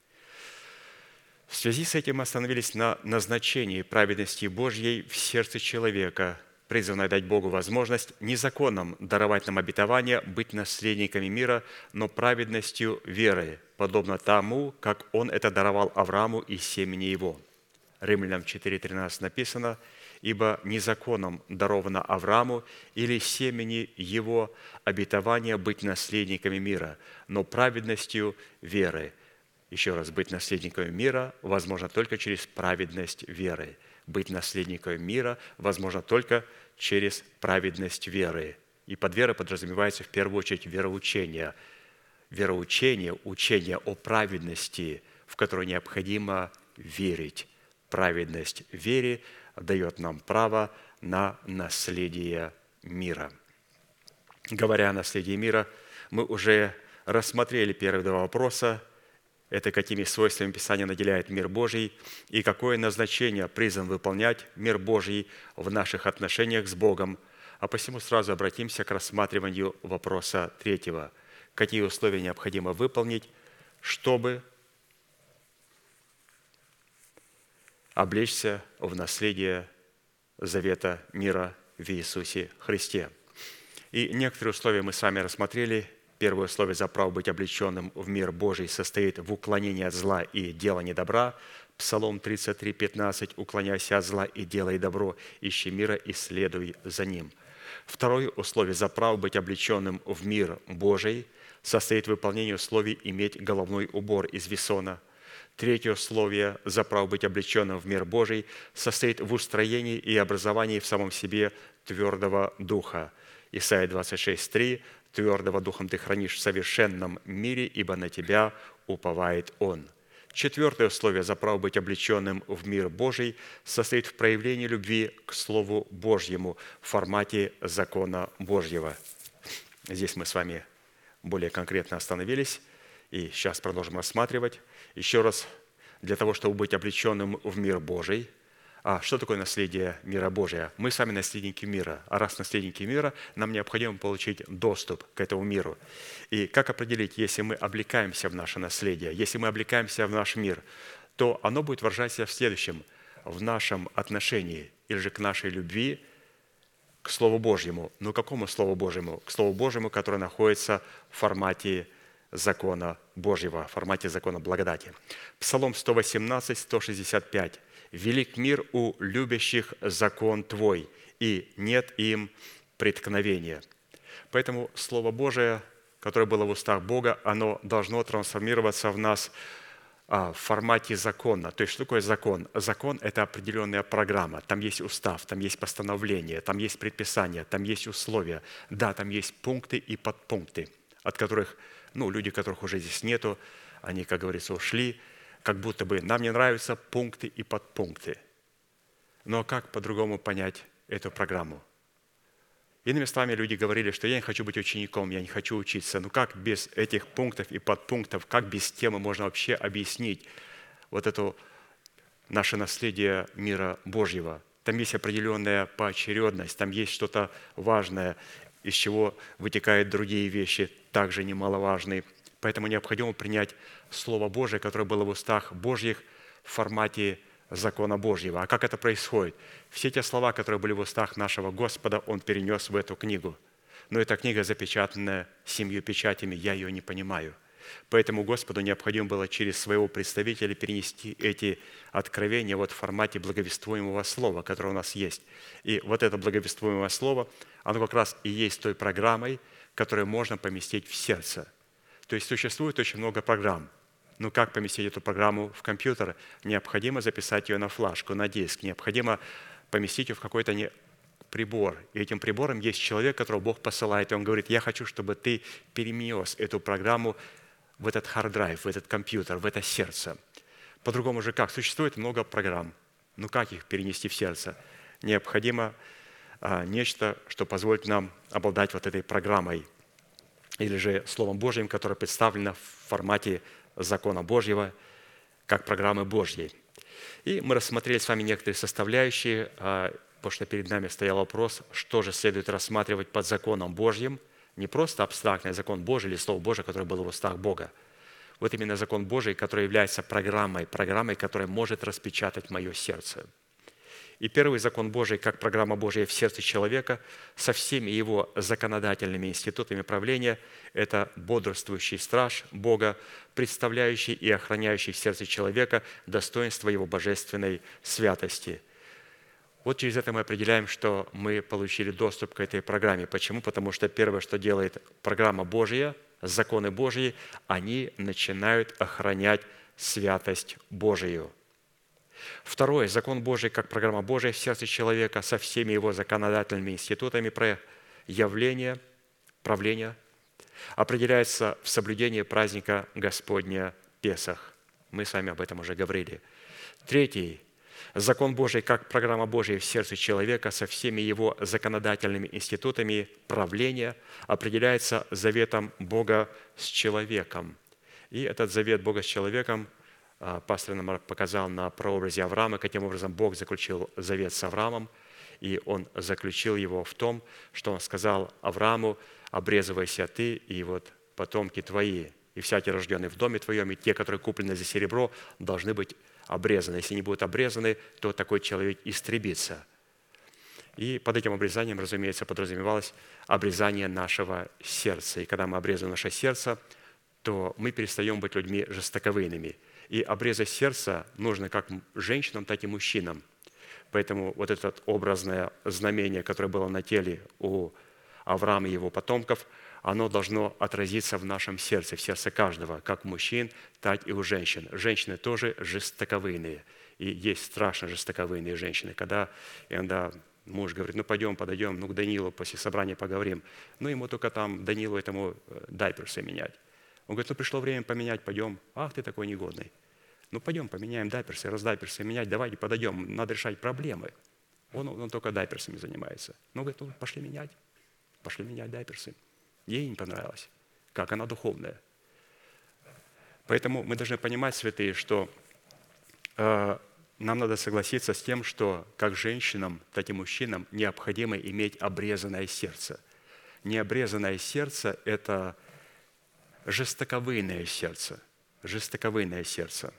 В связи с этим мы остановились на назначении праведности Божьей в сердце человека, призванной дать Богу возможность не законом даровать нам обетование быть наследниками мира, но праведностью веры, подобно тому, как Он это даровал Аврааму и семени его. Римлянам 4:13 написано: «Ибо не законом даровано Аврааму или семени его обетование быть наследниками мира, но праведностью веры». Еще раз, быть наследниками мира возможно только через праведность веры. Быть наследником мира возможно только через праведность веры. И под верой подразумевается в первую очередь вероучение. Вероучение, учение о праведности, в которое необходимо верить. Праведность в вере дает нам право на наследие мира. Говоря о наследии мира, мы уже рассмотрели первые два вопроса. Это какими свойствами Писание наделяет мир Божий и какое назначение призван выполнять мир Божий в наших отношениях с Богом. А посему сразу обратимся к рассматриванию вопроса третьего. Какие условия необходимо выполнить, чтобы облечься в наследие завета мира в Иисусе Христе. И некоторые условия мы с вами рассмотрели. Первое условие за право быть облеченным в мир Божий состоит в уклонении от зла и делании добра. Псалом 33:15: «Уклоняйся от зла и делай добро, ищи мира и следуй за ним». Второе условие за право быть облеченным в мир Божий состоит в выполнении условий иметь головной убор из весона. Третье условие за право быть облеченным в мир Божий состоит в устроении и образовании в самом себе твердого духа. Исайя 26:3: «Твердого духом ты хранишь в совершенном мире, ибо на тебя уповает Он». Четвертое условие за право быть облеченным в мир Божий состоит в проявлении любви к Слову Божьему в формате закона Божьего. Здесь мы с вами более конкретно остановились, и сейчас продолжим рассматривать. Еще раз, для того, чтобы быть облеченным в мир Божий. А что такое наследие мира Божия? Мы сами наследники мира. А раз наследники мира, нам необходимо получить доступ к этому миру. И как определить, если мы облекаемся в наше наследие, если мы облекаемся в наш мир, то оно будет выражаться в следующем: в нашем отношении или же к нашей любви к Слову Божьему. Ну, к какому Слову Божьему? К Слову Божьему, которое находится в формате закона Божьего, в формате закона благодати. Псалом 118, 165. «Велик мир у любящих закон Твой, и нет им преткновения». Поэтому Слово Божие, которое было в устах Бога, оно должно трансформироваться в нас в формате закона. То есть, что такое закон? Закон – это определенная программа. Там есть устав, там есть постановление, там есть предписания, там есть условия. Да, там есть пункты и подпункты, от которых, люди, которых уже здесь нету, они, как говорится, ушли, как будто бы нам не нравятся пункты и подпункты. Но как по-другому понять эту программу? Иными словами, люди говорили, что я не хочу быть учеником, я не хочу учиться. Ну как без этих пунктов и подпунктов, как без темы можно вообще объяснить вот это наше наследие мира Божьего? Там есть определенная поочередность, там есть что-то важное, из чего вытекают другие вещи, также немаловажные. Поэтому необходимо принять Слово Божие, которое было в устах Божьих, в формате закона Божьего. А как это происходит? Все те слова, которые были в устах нашего Господа, Он перенес в эту книгу. Но эта книга, запечатанная 7 печатями, я ее не понимаю. Поэтому Господу необходимо было через своего представителя перенести эти откровения в формате благовествуемого слова, которое у нас есть. И вот это благовествуемое слово, оно как раз и есть той программой, которую можно поместить в сердце. То есть существует очень много программ. Но как поместить эту программу в компьютер? Необходимо записать ее на флешку, на диск. Необходимо поместить ее в какой-то прибор. И этим прибором есть человек, которого Бог посылает. И он говорит: я хочу, чтобы ты перенес эту программу в этот хард-драйв, в этот компьютер, в это сердце. По-другому же как? Существует много программ. Ну как их перенести в сердце? Необходимо нечто, что позволит нам обладать вот этой программой, или же Словом Божьим, которое представлено в формате закона Божьего, как программы Божьей. И мы рассмотрели с вами некоторые составляющие, потому что перед нами стоял вопрос, что же следует рассматривать под законом Божьим, не просто абстрактный закон Божий или Слово Божие, которое было в устах Бога. Вот именно закон Божий, который является программой, которая может распечатать мое сердце. И первый закон Божий, как программа Божия в сердце человека, со всеми его законодательными институтами правления, это бодрствующий страж Бога, представляющий и охраняющий в сердце человека достоинство его божественной святости. Вот через это мы определяем, что мы получили доступ к этой программе. Почему? Потому что первое, что делает программа Божья, законы Божьи, они начинают охранять святость Божию. Второе, закон Божий, как программа Божия в сердце человека со всеми его законодательными институтами проявления, правления, определяется в соблюдении праздника Господня Песах. Мы с вами об этом уже говорили. Третий, закон Божий, как программа Божия в сердце человека со всеми его законодательными институтами правления, определяется заветом Бога с человеком. И этот завет Бога с человеком пастор нам показал на прообразе Авраама, каким образом Бог заключил завет с Авраамом, и Он заключил его в том, что Он сказал Аврааму: «Обрезывайся ты и потомки твои, и всякий рожденный в доме твоем, и те, которые куплены за серебро, должны быть обрезаны. Если не будут обрезаны, то такой человек истребится». И под этим обрезанием, разумеется, подразумевалось обрезание нашего сердца. И когда мы обрезаем наше сердце, то мы перестаем быть людьми жестоковыйными. И обрезать сердце нужно как женщинам, так и мужчинам. Поэтому вот это образное знамение, которое было на теле у Авраама и его потомков, оно должно отразиться в нашем сердце, в сердце каждого, как у мужчин, так и у женщин. Женщины тоже жестоковыйные. И есть страшно жестоковыйные женщины, когда иногда Муж говорит, ну пойдем, подойдем, ну к Данилу после собрания поговорим. Ну ему только там, Данилу этому дайперсы менять. Он говорит, ну пришло время поменять, пойдем. Ах, ты такой негодный. Ну пойдем, поменяем дайперсы, раз дайперсы менять, давайте подойдем, надо решать проблемы. Он только дайперсами занимается. Ну, говорит, ну пошли менять дайперсы. Ей не понравилось, как она духовная. Поэтому мы должны понимать, святые, что нам надо согласиться с тем, что как женщинам, так и мужчинам необходимо иметь обрезанное сердце. Необрезанное сердце – это жестоковыйное сердце. Жестоковыйное сердце.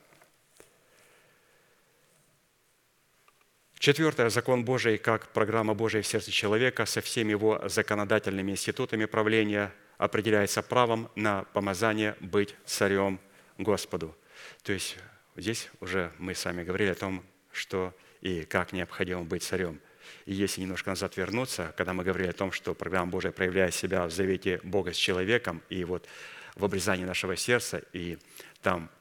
Четвертое, закон Божий, как программа Божия в сердце человека со всеми его законодательными институтами правления определяется правом на помазание быть царем Господу. То есть здесь уже мы с вами говорили о том, что и как необходимо быть царем. И если немножко назад вернуться, когда мы говорили о том, что программа Божия проявляет себя в завете Бога с человеком, и вот в обрезании нашего сердца, и там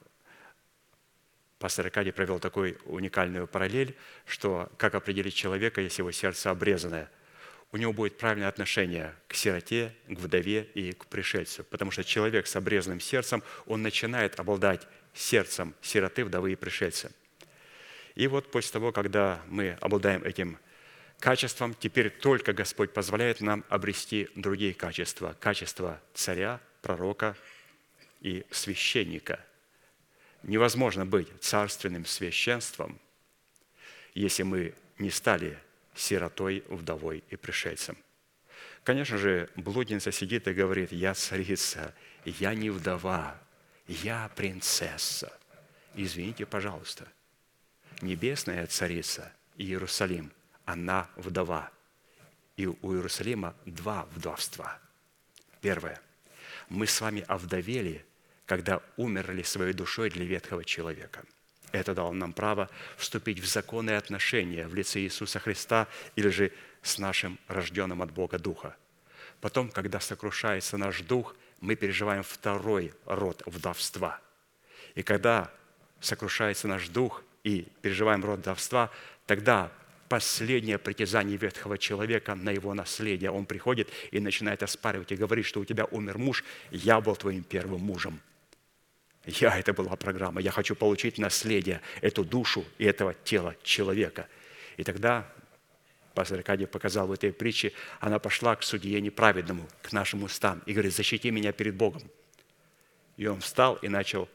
пастор Аркадий провел такую уникальную параллель, что как определить человека, если его сердце обрезанное. У него будет правильное отношение к сироте, к вдове и к пришельцу. Потому что человек с обрезанным сердцем, он начинает обладать сердцем сироты, вдовы и пришельца. И вот после того, когда мы обладаем этим качеством, теперь только Господь позволяет нам обрести другие качества. Качество царя, пророка и священника. Невозможно быть царственным священством, если мы не стали сиротой, вдовой и пришельцем. Конечно же, блудница сидит и говорит, я царица, я не вдова, я принцесса. Извините, пожалуйста, небесная царица Иерусалим, она вдова. И у Иерусалима два вдовства. Первое. Мы с вами овдовели, когда умерли своей душой для ветхого человека. Это дало нам право вступить в законные отношения в лице Иисуса Христа или же с нашим рожденным от Бога Духа. Потом, когда сокрушается наш дух, мы переживаем второй род вдовства. И когда сокрушается наш дух и переживаем род вдовства, тогда последнее притязание ветхого человека на его наследие. Он приходит и начинает оспаривать и говорит, что у тебя умер муж, я был твоим первым мужем. Это была программа. Я хочу получить наследие, эту душу и этого тела человека. И тогда пастор Аркадий показал в этой притче, она пошла к судье неправедному, к нашим устам, и говорит, защити меня перед Богом. И он встал и начал,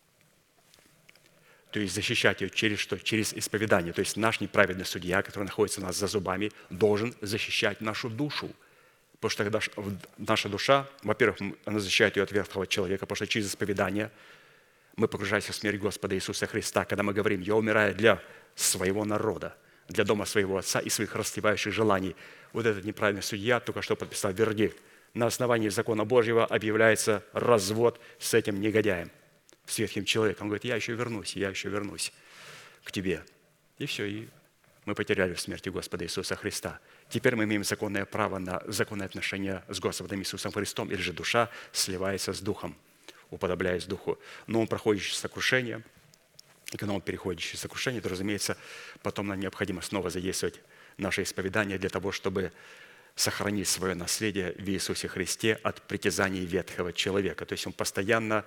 то есть защищать ее через что? Через исповедание. То есть наш неправедный судья, который находится у нас за зубами, должен защищать нашу душу. Потому что тогда наша душа, во-первых, она защищает ее от ветхого человека, потому что через исповедание мы погружаемся в смерть Господа Иисуса Христа, когда мы говорим, я умираю для своего народа, для дома своего отца и своих растлевающих желаний. Вот этот неправильный судья только что подписал вердикт. На основании закона Божьего объявляется развод с этим негодяем, с ветхим человеком. Он говорит, я еще вернусь к тебе. И все, и мы потеряли в смерти Господа Иисуса Христа. Теперь мы имеем законное право на законные отношения с Господом Иисусом Христом, или же душа сливается с Духом, уподобляясь Духу. Но он проходит через сокрушение, и когда он переходит через сокрушение, то, разумеется, потом нам необходимо снова задействовать наше исповедание для того, чтобы сохранить свое наследие в Иисусе Христе от притязаний ветхого человека. То есть он постоянно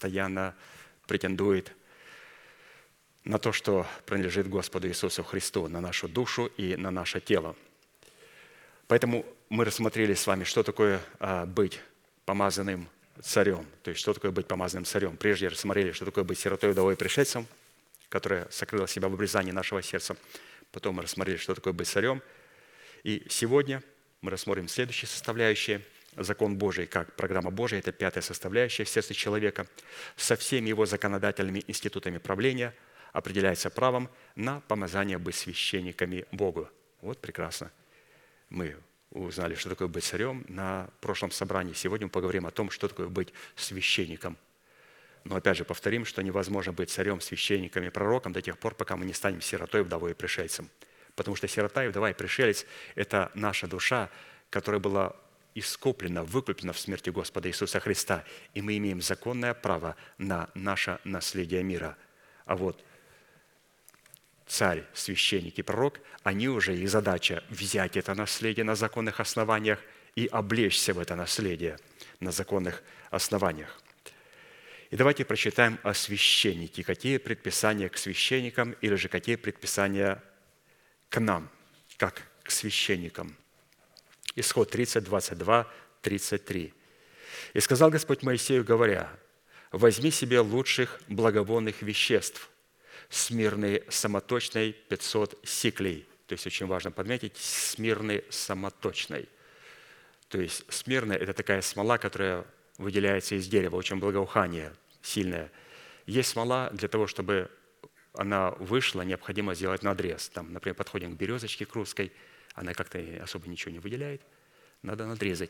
претендует на то, что принадлежит Господу Иисусу Христу, на нашу душу и на наше тело. Поэтому мы рассмотрели с вами, что такое быть помазанным царем. То есть, что такое быть помазанным царем. Прежде рассмотрели, что такое быть сиротой, вдовой и пришельцем, которая сокрыла себя в обрезании нашего сердца. Потом мы рассмотрели, что такое быть царем. И сегодня мы рассмотрим следующие составляющие. Закон Божий, как программа Божия, это пятая составляющая в сердце человека, со всеми его законодательными институтами правления определяется правом на помазание быть священниками Богу. Вот прекрасно. Мы узнали, что такое быть царем на прошлом собрании. Сегодня мы поговорим о том, что такое быть священником. Но опять же повторим, что невозможно быть царем, священником и пророком до тех пор, пока мы не станем сиротой, вдовой и пришельцем. Потому что сирота и вдова и пришелец – это наша душа, которая была искуплена, выкуплена в смерти Господа Иисуса Христа. И мы имеем законное право на наше наследие мира. А вот царь, священник и пророк, они уже, их задача взять это наследие на законных основаниях и облечься в это наследие на законных основаниях. И давайте прочитаем о священнике, какие предписания к священникам или же какие предписания к нам, как к священникам. Исход 30, 22, 33. «И сказал Господь Моисею, говоря: возьми себе лучших благовонных веществ, смирной самоточной 500 сиклей». То есть очень важно подметить, смирной самоточной. То есть смирная – это такая смола, которая выделяется из дерева, очень благоухание сильное. Есть смола, для того, чтобы она вышла, необходимо сделать надрез. Там, например, подходим к березочке крутской, она как-то особо ничего не выделяет, надо надрезать.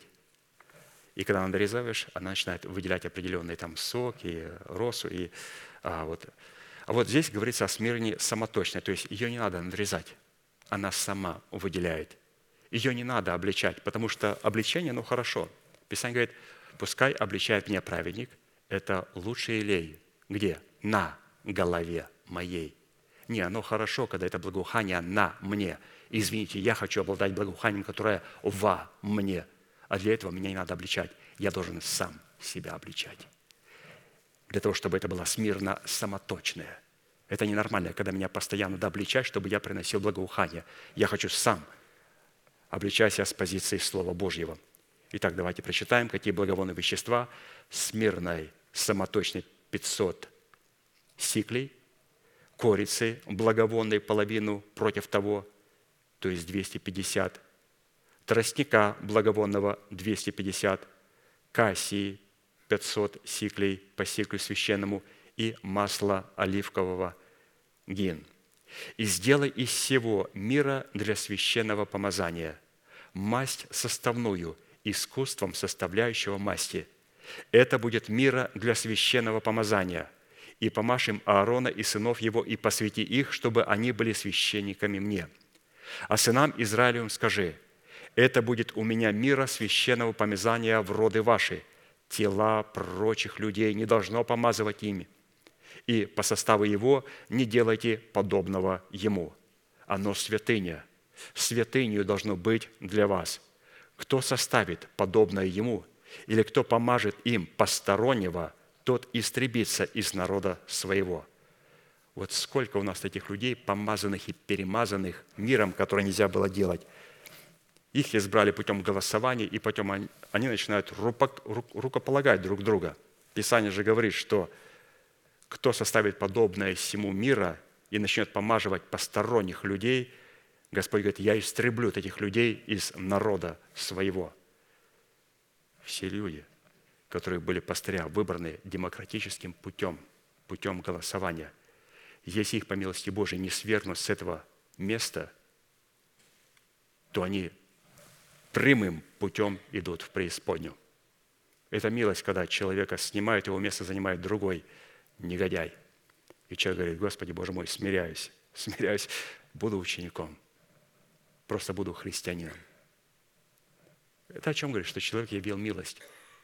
И когда надрезаешь, она начинает выделять определенный там сок и росу. А вот здесь говорится о смирне самоточной, то есть ее не надо надрезать, она сама выделяет. Ее не надо обличать, потому что обличение, хорошо. Писание говорит: пускай обличает меня праведник, это лучший елей. Где? На голове моей. Не, оно хорошо, когда это благоухание на мне. Извините, я хочу обладать благоуханием, которое во мне. А для этого меня не надо обличать. Я должен сам себя обличать. Для того, чтобы это было смирно самоточное. Это ненормально, когда меня постоянно надо обличать, чтобы я приносил благоухание. Я хочу сам обличать себя с позиции Слова Божьего. Итак, давайте прочитаем, какие благовонные вещества смирной самоточной 500 сиклей, корицы благовонной половину против того, то есть 250, тростника благовонного 250, кассии 500 сиклей по сиклю священному и масла оливкового гин. И сделай из всего мира для священного помазания масть составную, искусством составляющего масти. Это будет мира для священного помазания. И помажь им Аарона и сынов его, и посвяти их, чтобы они были священниками мне. А сынам Израилевым скажи: это будет у меня мира священного помазания в роды ваши. Тела прочих людей не должно помазывать ими. И по составу его не делайте подобного ему. Оно святыня. Святынью должно быть для вас. Кто составит подобное ему, или кто помажет им постороннего, тот истребится из народа своего». Вот сколько у нас таких людей, помазанных и перемазанных миром, который нельзя было делать. Их избрали путем голосования, и потом они начинают рукополагать друг друга. Писание же говорит, что кто составит подобное всему мира и начнет помаживать посторонних людей, Господь говорит: я истреблю этих людей из народа своего. Все люди, которые были пастыря, выбраны демократическим путем, путем голосования, если их по милости Божией не свергнут с этого места, то они прямым путем идут в преисподнюю. Это милость, когда человека снимают, его место занимает другой негодяй. И человек говорит: Господи, Боже мой, смиряюсь, буду учеником, просто буду христианином. Это о чем говорит? Что человек явил милость.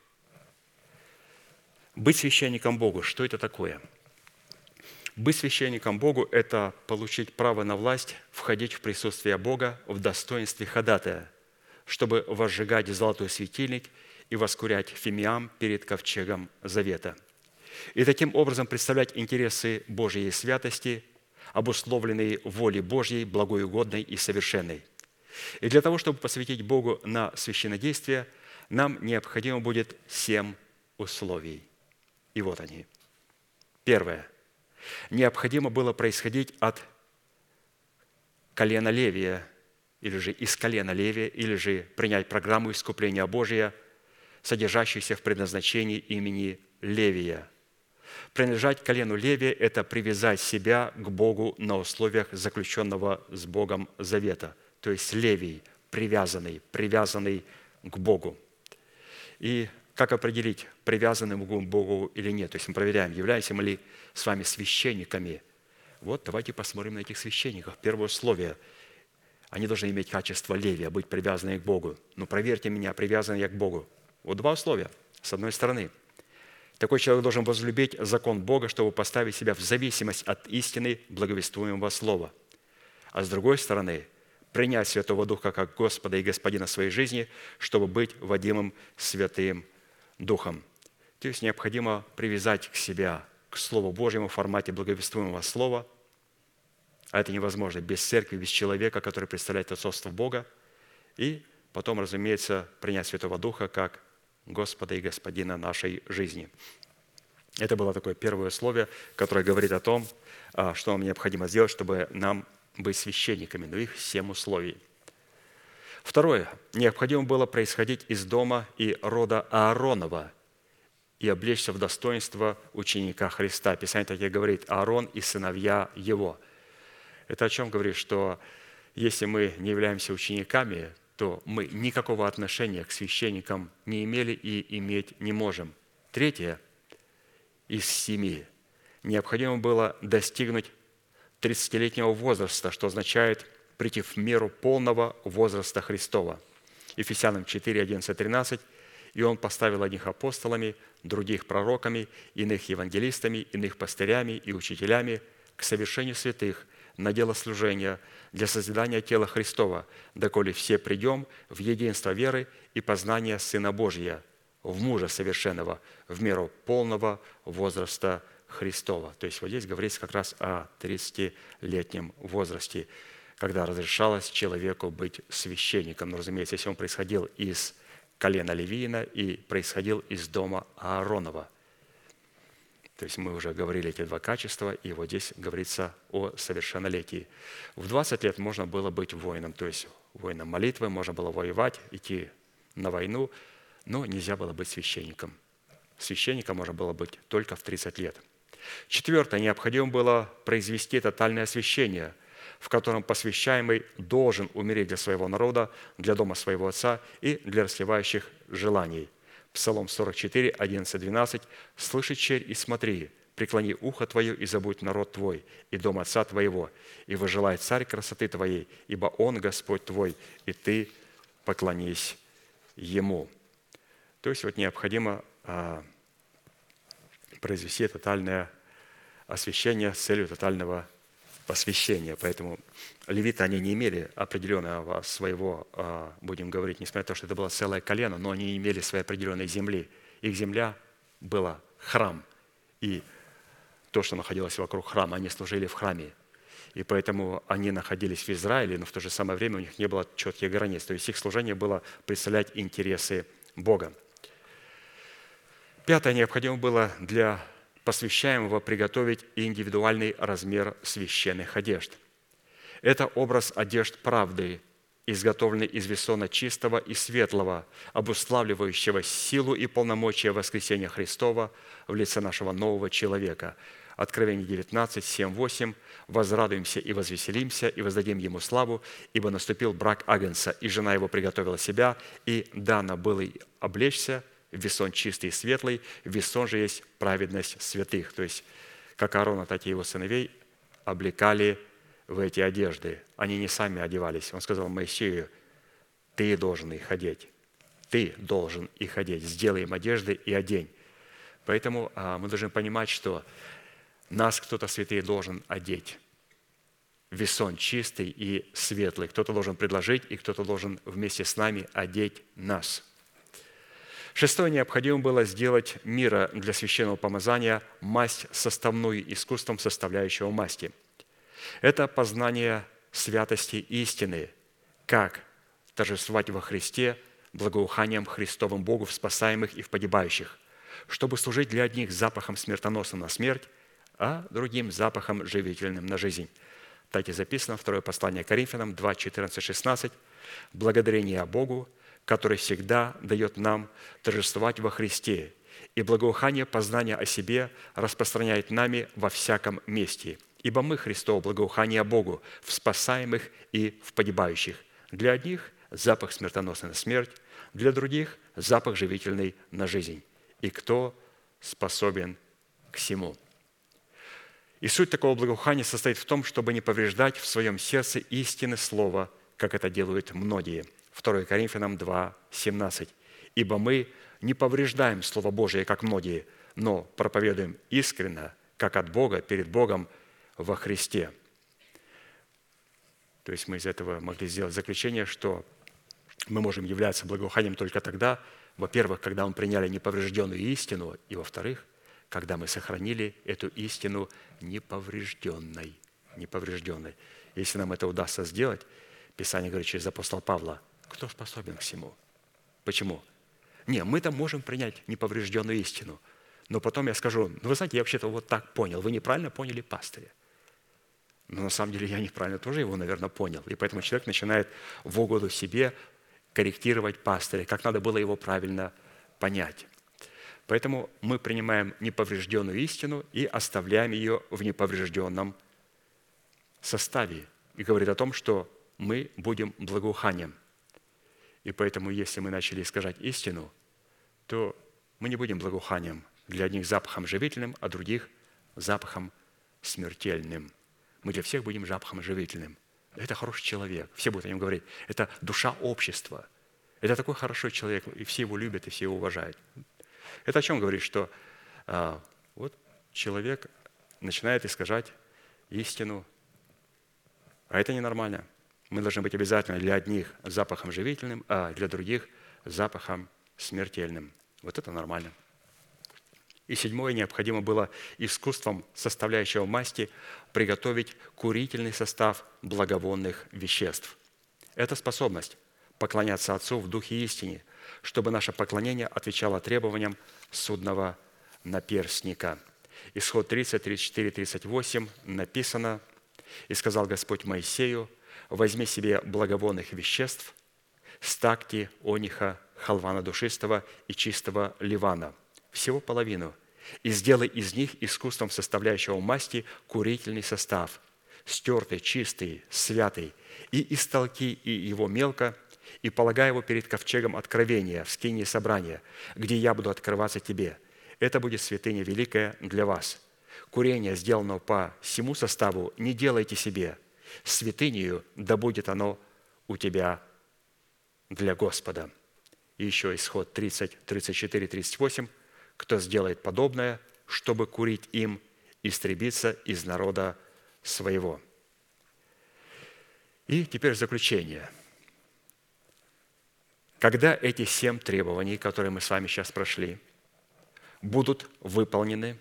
Быть священником Богу, что это такое? Быть священником Богу – это получить право на власть, входить в присутствие Бога в достоинстве ходатая, чтобы возжигать золотой светильник и воскурять фимиам перед ковчегом завета. И таким образом представлять интересы Божьей святости, обусловленные волей Божьей, благоугодной и совершенной. И для того, чтобы посвятить Богу на священнодействие, нам необходимо будет 7 условий. И вот они. Первое. Необходимо было происходить от колена Левия, или же из колена Левия, или же принять программу искупления Божия, содержащуюся в предназначении имени Левия. Принадлежать колену Левия – это привязать себя к Богу на условиях заключенного с Богом завета. То есть Левий привязанный к Богу. И как определить, привязанным к Богу или нет? То есть мы проверяем, являемся мы ли с вами священниками. Вот давайте посмотрим на этих священников. Первое условие. Они должны иметь качество Левия, быть привязанными к Богу. Но проверьте меня, привязан я к Богу. Вот 2 условия. С одной стороны, такой человек должен возлюбить закон Бога, чтобы поставить себя в зависимость от истины благовествуемого слова. а с другой стороны, принять Святого Духа как Господа и Господина своей жизни, чтобы быть водимым Святым Духом. То есть необходимо привязать к себя, к Слову Божьему в формате благовествуемого Слова, а это невозможно без церкви, без человека, который представляет отцовство Бога, и потом, разумеется, принять Святого Духа как Господа и Господина нашей жизни. Это было такое первое условие, которое говорит о том, что нам необходимо сделать, чтобы нам быть священниками, но их 7 условий. Второе. Необходимо было происходить из дома и рода Ааронова и облечься в достоинство ученика Христа. Писание так и говорит: Аарон и сыновья его. Это о чем говорит? Что если мы не являемся учениками, то мы никакого отношения к священникам не имели и иметь не можем. Третье. Из 7. Необходимо было достигнуть 30-летнего возраста, что означает прийти в меру полного возраста Христова. Ефесянам 4, 11, 13. «И Он поставил одних апостолами, других пророками, иных евангелистами, иных пастырями и учителями к совершению святых, на дело служения, для созидания тела Христова, доколе все придем в единство веры и познания Сына Божия, в мужа совершенного, в меру полного возраста Христова». То есть вот здесь говорится как раз о 30-летнем возрасте, когда разрешалось человеку быть священником. Но, разумеется, если он происходил из колена Левиина и происходил из дома Ааронова. То есть мы уже говорили эти 2 качества, и вот здесь говорится о совершеннолетии. В 20 лет можно было быть воином, то есть воином молитвы, можно было воевать, идти на войну, но нельзя было быть священником. Священником можно было быть только в 30 лет. 4. Необходимо было произвести тотальное освящение, в котором посвящаемый должен умереть для своего народа, для дома своего отца и для расливающих желаний. Псалом 44, 11, 12. «Слыши, черь, и смотри, преклони ухо твое, и забудь народ твой, и дом отца твоего, и возжелай царь красоты твоей, ибо он Господь твой, и ты поклонись ему». То есть вот необходимо произвести тотальное освящение с целью тотального посвящения. Поэтому левиты, они не имели определенного своего, будем говорить, несмотря на то, что это было целое колено, но они имели своей определенной земли. Их земля была храм. И то, что находилось вокруг храма, они служили в храме. И поэтому они находились в Израиле, но в то же самое время у них не было четких границ. То есть их служение было представлять интересы Бога. 5. Необходимо было для посвящаемого приготовить индивидуальный размер священных одежд. Это образ одежд правды, изготовленный из весона чистого и светлого, обуславливающего силу и полномочия воскресения Христова в лице нашего нового человека. Откровение 19, 7, 8. «Возрадуемся и возвеселимся, и воздадим Ему славу, ибо наступил брак Агнца, и жена Его приготовила себя, и дано было облечься весон чистый и светлый, весон же есть праведность святых». То есть, как Аарона, так и его сыновей облекали в эти одежды. Они не сами одевались. Он сказал Моисею: «Ты должен их одеть. Ты должен их одеть. Сделай им одежды и одень». Поэтому мы должны понимать, что нас кто-то святые должен одеть. Весон чистый и светлый. Кто-то должен предложить, и кто-то должен вместе с нами одеть нас. 6. Необходимо было сделать мира для священного помазания масть составную искусством составляющего масти. Это познание святости истины, как торжествовать во Христе благоуханием Христовым Богу в спасаемых и в погибающих, чтобы служить для одних запахом смертоносным на смерть, а другим запахом живительным на жизнь. Так и записано, 2 послание Коринфянам 2, 14, 16. «Благодарение Богу, который всегда дает нам торжествовать во Христе, и благоухание познания о себе распространяет нами во всяком месте. Ибо мы Христово благоухание Богу в спасаемых и в погибающих. Для одних запах смертоносный на смерть, для других запах живительный на жизнь. И кто способен к сему?» И суть такого благоухания состоит в том, чтобы не повреждать в своем сердце истины слова, как это делают многие. 2 Коринфянам 2, 17. «Ибо мы не повреждаем Слово Божие, как многие, но проповедуем искренно, как от Бога, перед Богом во Христе». То есть мы из этого могли сделать заключение, что мы можем являться благоуханием только тогда, во-первых, когда мы приняли неповрежденную истину, и во-вторых, когда мы сохранили эту истину неповрежденной. Неповрежденной. Если нам это удастся сделать, Писание говорит через апостола Павла, кто способен к всему? Почему? Не, мы-то можем принять неповрежденную истину, но потом я скажу, ну вы знаете, я вообще-то вот так понял, вы неправильно поняли пастыря. Но на самом деле я неправильно тоже его, наверное, понял. И поэтому человек начинает в угоду себе корректировать пастыря, как надо было его правильно понять. Поэтому мы принимаем неповрежденную истину и оставляем ее в неповрежденном составе. И говорит о том, что мы будем благоуханием. И поэтому, если мы начали искажать истину, то мы не будем благоуханием. Для одних запахом живительным, а других запахом смертельным. Мы для всех будем запахом живительным. Это хороший человек. Все будут о нем говорить. Это душа общества. Это такой хороший человек. И все его любят, и все его уважают. Это о чем говорит, что вот человек начинает искажать истину. А это ненормально. Мы должны быть обязательно для одних запахом живительным, а для других запахом смертельным. Вот это нормально. И седьмое, необходимо было искусством составляющего масти приготовить курительный состав благовонных веществ. Это способность поклоняться Отцу в Духе истине, чтобы наше поклонение отвечало требованиям судного наперстника. Исход 30, 34, 38 написано: «И сказал Господь Моисею, возьми себе благовонных веществ, стакти, ониха, халвана душистого и чистого ливана, всего половину, и сделай из них искусством составляющего масти курительный состав, стертый, чистый, святый, и истолки и его мелко, и полагай его перед ковчегом откровения в скинии собрания, где я буду открываться тебе. Это будет святыня великая для вас. Курение, сделанного по всему составу, не делайте себе. Святынею да будет оно у тебя для Господа». И еще исход 30, 34, 38. «Кто сделает подобное, чтобы курить им, истребиться из народа своего». И теперь заключение. Когда эти 7 требований, которые мы с вами сейчас прошли, будут выполнены,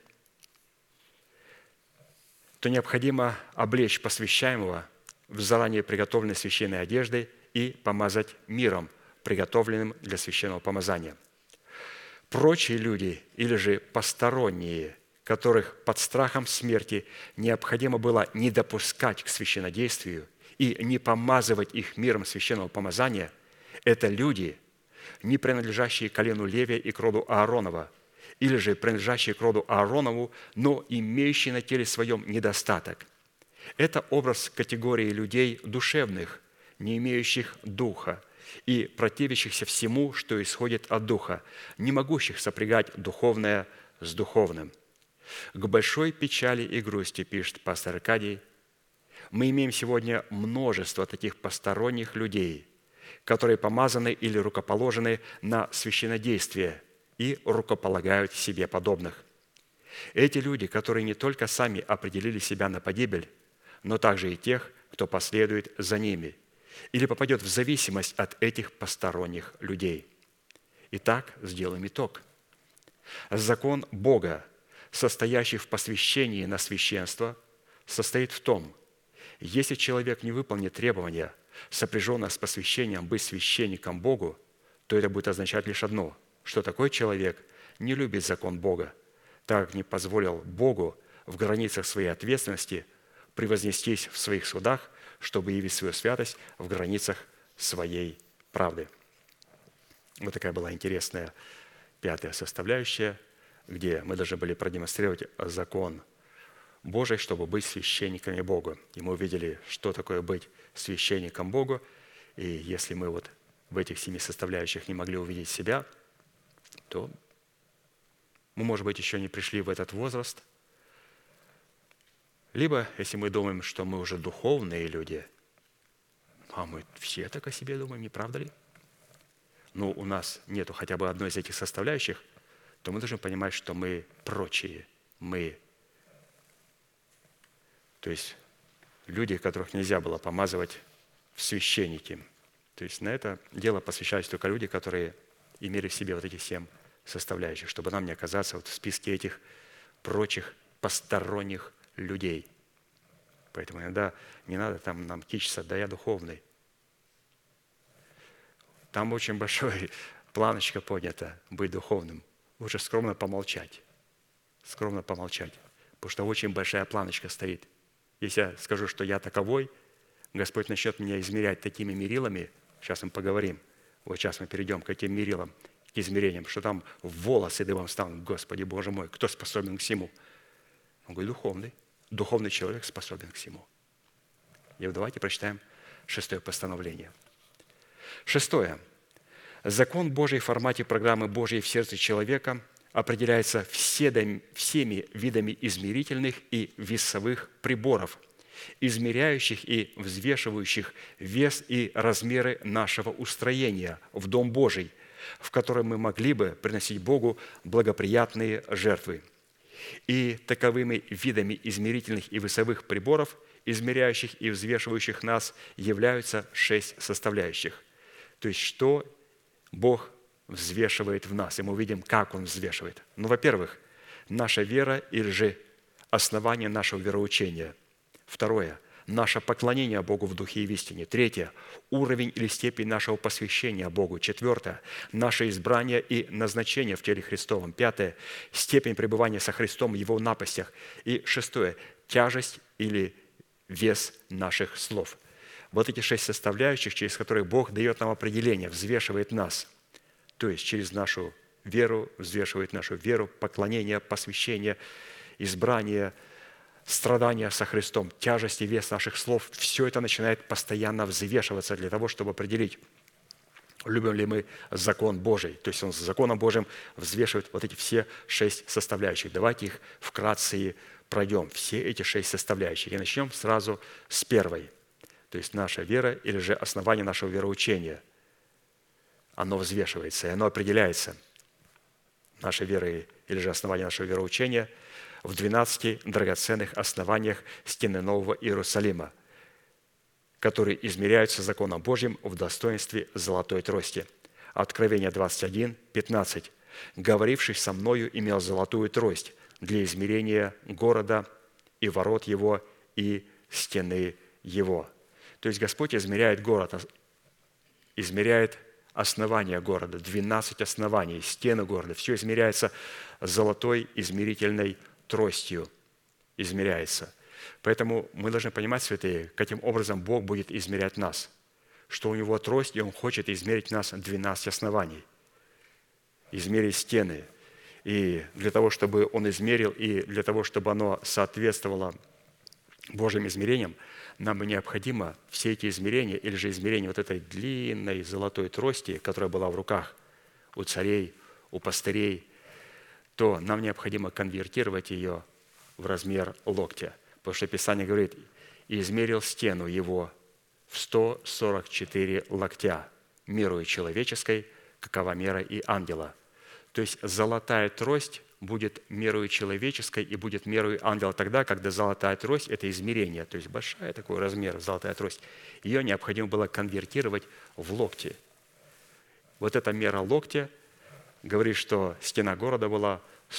то необходимо облечь посвящаемого в заранее приготовленной священной одеждой и помазать миром, приготовленным для священного помазания. Прочие люди или же посторонние, которых под страхом смерти необходимо было не допускать к священнодействию и не помазывать их миром священного помазания, это люди, не принадлежащие колену Левия и к роду Ааронова, или же принадлежащие к роду Ааронову, но имеющие на теле своем недостаток. Это образ категории людей душевных, не имеющих духа и противящихся всему, что исходит от духа, не могущих сопрягать духовное с духовным. К большой печали и грусти, пишет пастор Аркадий, мы имеем сегодня множество таких посторонних людей, которые помазаны или рукоположены на священнодействие и рукополагают себе подобных. Эти люди, которые не только сами определили себя на погибель, но также и тех, кто последует за ними или попадет в зависимость от этих посторонних людей. Итак, сделаем итог. Закон Бога, состоящий в посвящении на священство, состоит в том, если человек не выполнит требования, сопряженное с посвящением быть священником Богу, то это будет означать лишь одно, что такой человек не любит закон Бога, так как не позволил Богу в границах своей ответственности превознестись в своих судах, чтобы явить свою святость в границах своей правды. Вот такая была интересная 5-я составляющая, где мы должны были продемонстрировать закон Божий, чтобы быть священниками Богу. И мы увидели, что такое быть священником Богу. И если мы вот в этих 7 составляющих не могли увидеть себя, то мы, может быть, еще не пришли в этот возраст. Либо, если мы думаем, что мы уже духовные люди, а мы все так о себе думаем, не правда ли? Но у нас нету хотя бы одной из этих составляющих, то мы должны понимать, что мы прочие, то есть люди, которых нельзя было помазывать в священники. То есть на это дело посвящались только люди, которые имели в себе вот эти 7 составляющих, чтобы нам не оказаться вот в списке этих прочих посторонних людей. Поэтому иногда не надо там нам кичиться, да я духовный. Там очень большой планочка поднята быть духовным. Лучше скромно помолчать. Скромно помолчать. Потому что очень большая планочка стоит. Если я скажу, что я таковой, Господь начнет меня измерять такими мерилами, сейчас мы поговорим, вот сейчас мы перейдем к этим мерилам, к измерениям, что там волосы дыбом станут. Господи, Боже мой, кто способен к всему? Он говорит, духовный. Духовный человек способен к всему. И вот давайте прочитаем 6 постановление. 6. Закон Божий в формате программы Божьей в сердце человека определяется всеми видами измерительных и весовых приборов, измеряющих и взвешивающих вес и размеры нашего устроения в Дом Божий, в котором мы могли бы приносить Богу благоприятные жертвы. И таковыми видами измерительных и весовых приборов, измеряющих и взвешивающих нас, являются 6 составляющих. То есть, что Бог взвешивает в нас, и мы увидим, как Он взвешивает. Ну, во-первых, наша вера или же основание нашего вероучения. 2. Наше поклонение Богу в духе и в истине. 3. Уровень или степень нашего посвящения Богу. 4. Наше избрание и назначение в теле Христовом. 5. Степень пребывания со Христом в Его напастях. И 6. Тяжесть или вес наших слов. Вот эти 6 составляющих, через которые Бог дает нам определение, взвешивает нас. То есть через нашу веру, взвешивает нашу веру, поклонение, посвящение, избрание, страдания со Христом, тяжесть и вес наших слов, все это начинает постоянно взвешиваться для того, чтобы определить, любим ли мы закон Божий. То есть Он с законом Божьим взвешивает вот эти все 6 составляющих. Давайте их вкратце пройдем, все эти 6 составляющих. И начнем сразу с 1. То есть наша вера или же основание нашего вероучения. Оно взвешивается, и оно определяется. Наша вера или же основание нашего вероучения в 12 драгоценных основаниях стены Нового Иерусалима, которые измеряются законом Божьим в достоинстве золотой трости. Откровение 21, 15. «Говоривший со мною имел золотую трость для измерения города и ворот его, и стены его». То есть Господь измеряет город, измеряет основания города, 12 оснований, стены города. Все измеряется золотой измерительной тростью. Измеряется. Поэтому мы должны понимать, святые, каким образом Бог будет измерять нас. Что у Него трость, и Он хочет измерить нас 12 оснований. Измерить стены. И для того, чтобы Он измерил, и для того, чтобы оно соответствовало Божьим измерениям, нам необходимо все эти измерения, или же измерения вот этой длинной золотой трости, которая была в руках у царей, у пастырей, то нам необходимо конвертировать ее в размер локтя. Потому что Писание говорит, «И измерил стену его в 144 локтя, мерою человеческой, какова мера и ангела». То есть золотая трость будет мерою человеческой и будет мерою ангела тогда, когда золотая трость – это измерение, то есть большая такой размер золотая трость. Ее необходимо было конвертировать в локти. Вот эта мера локтя говорит, что стена города была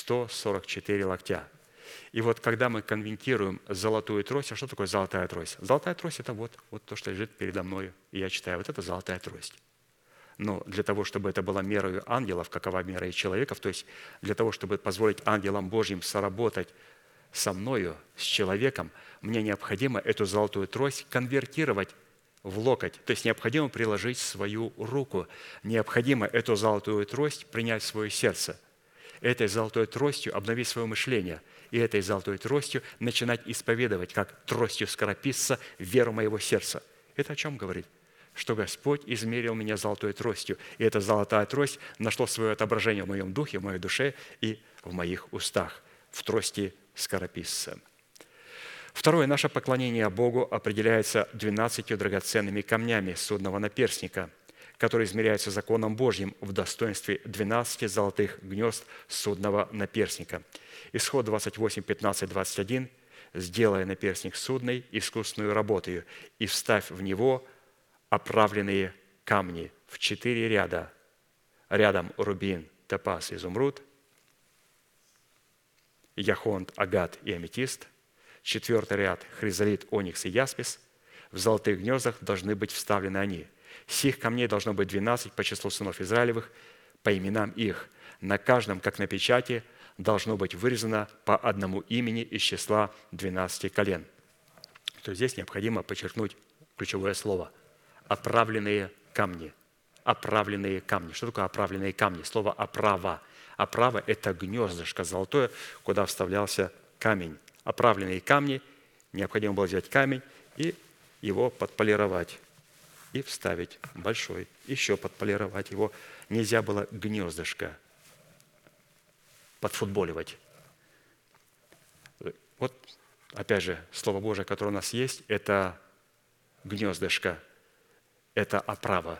144 локтя. И вот когда мы конвертируем золотую трость, а что такое золотая трость? Золотая трость – это вот то, что лежит передо мной, и я читаю, вот это золотая трость. Но для того, чтобы это была мерою ангелов, какова мера и человеков, то есть для того, чтобы позволить ангелам Божьим соработать со мною, с человеком, мне необходимо эту золотую трость конвертировать в локоть. То есть необходимо приложить свою руку. Необходимо эту золотую трость принять в свое сердце. Этой золотой тростью обновить свое мышление. И этой золотой тростью начинать исповедовать, как тростью скорописца, веру моего сердца. Это о чем говорит? Что Господь измерил меня золотой тростью, и эта золотая трость нашла свое отображение в моем духе, в моей душе и в моих устах, в трости скорописца. 2. Наше поклонение Богу определяется 12 драгоценными камнями судного наперстника, которые измеряются законом Божьим в достоинстве 12 золотых гнезд судного наперстника. Исход 28, 15, 21. «Сделай наперстник судный искусную работою, и вставь в него оправленные камни в 4 ряда. Рядом рубин, топаз, изумруд, яхонт, агат и аметист. 4-й ряд – хризолит, оникс и яспис. В золотых гнездах должны быть вставлены они. Сих камней должно быть 12 по числу сынов Израилевых, по именам их. На каждом, как на печати, должно быть вырезано по одному имени из числа 12 колен. То есть здесь необходимо подчеркнуть ключевое слово – оправленные камни. Оправленные камни. Что такое оправленные камни? Слово «оправа». Оправа – это гнездышко золотое, куда вставлялся камень. Оправленные камни, необходимо было взять камень и его подполировать и вставить большой, еще подполировать его. Нельзя было гнездышко подфутболивать. Вот, опять же, Слово Божие, которое у нас есть, это гнездышко, это оправа.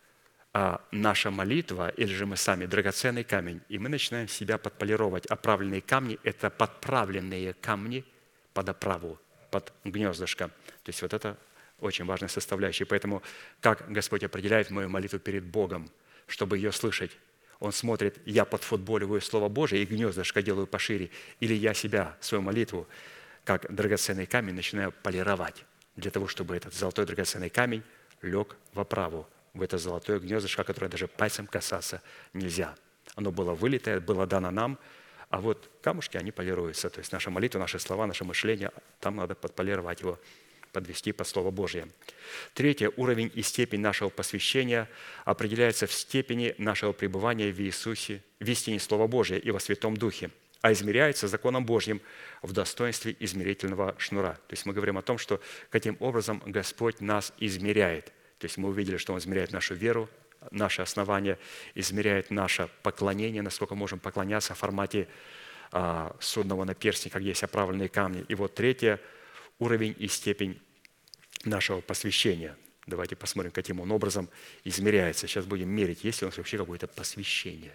А наша молитва, или же мы сами драгоценный камень, и мы начинаем себя подполировать. Оправленные камни – это подправленные камни под оправу, под гнездышко. То есть вот это очень важная составляющая. Поэтому как Господь определяет мою молитву перед Богом, чтобы ее слышать? Он смотрит, я подфутболиваю Слово Божие и гнездышко делаю пошире, или я себя, свою молитву, как драгоценный камень, начинаю полировать для того, чтобы этот золотой драгоценный камень лег в оправу, в это золотое гнездышко, которое даже пальцем касаться нельзя. Оно было вылитое, было дано нам, а вот камушки, они полируются. То есть наша молитва, наши слова, наше мышление, там надо подполировать его, подвести под Слово Божье. 3. Уровень и степень нашего посвящения определяется в степени нашего пребывания в Иисусе, в истине Слова Божия и во Святом Духе, а измеряется законом Божьим в достоинстве измерительного шнура. То есть мы говорим о том, что каким образом Господь нас измеряет. То есть мы увидели, что Он измеряет нашу веру, наше основание, измеряет наше поклонение, насколько можем поклоняться в формате судного наперстника, где есть оправленные камни. И вот 3. Уровень и степень нашего посвящения. Давайте посмотрим, каким он образом измеряется. Сейчас будем мерить, есть ли у нас вообще какое-то посвящение.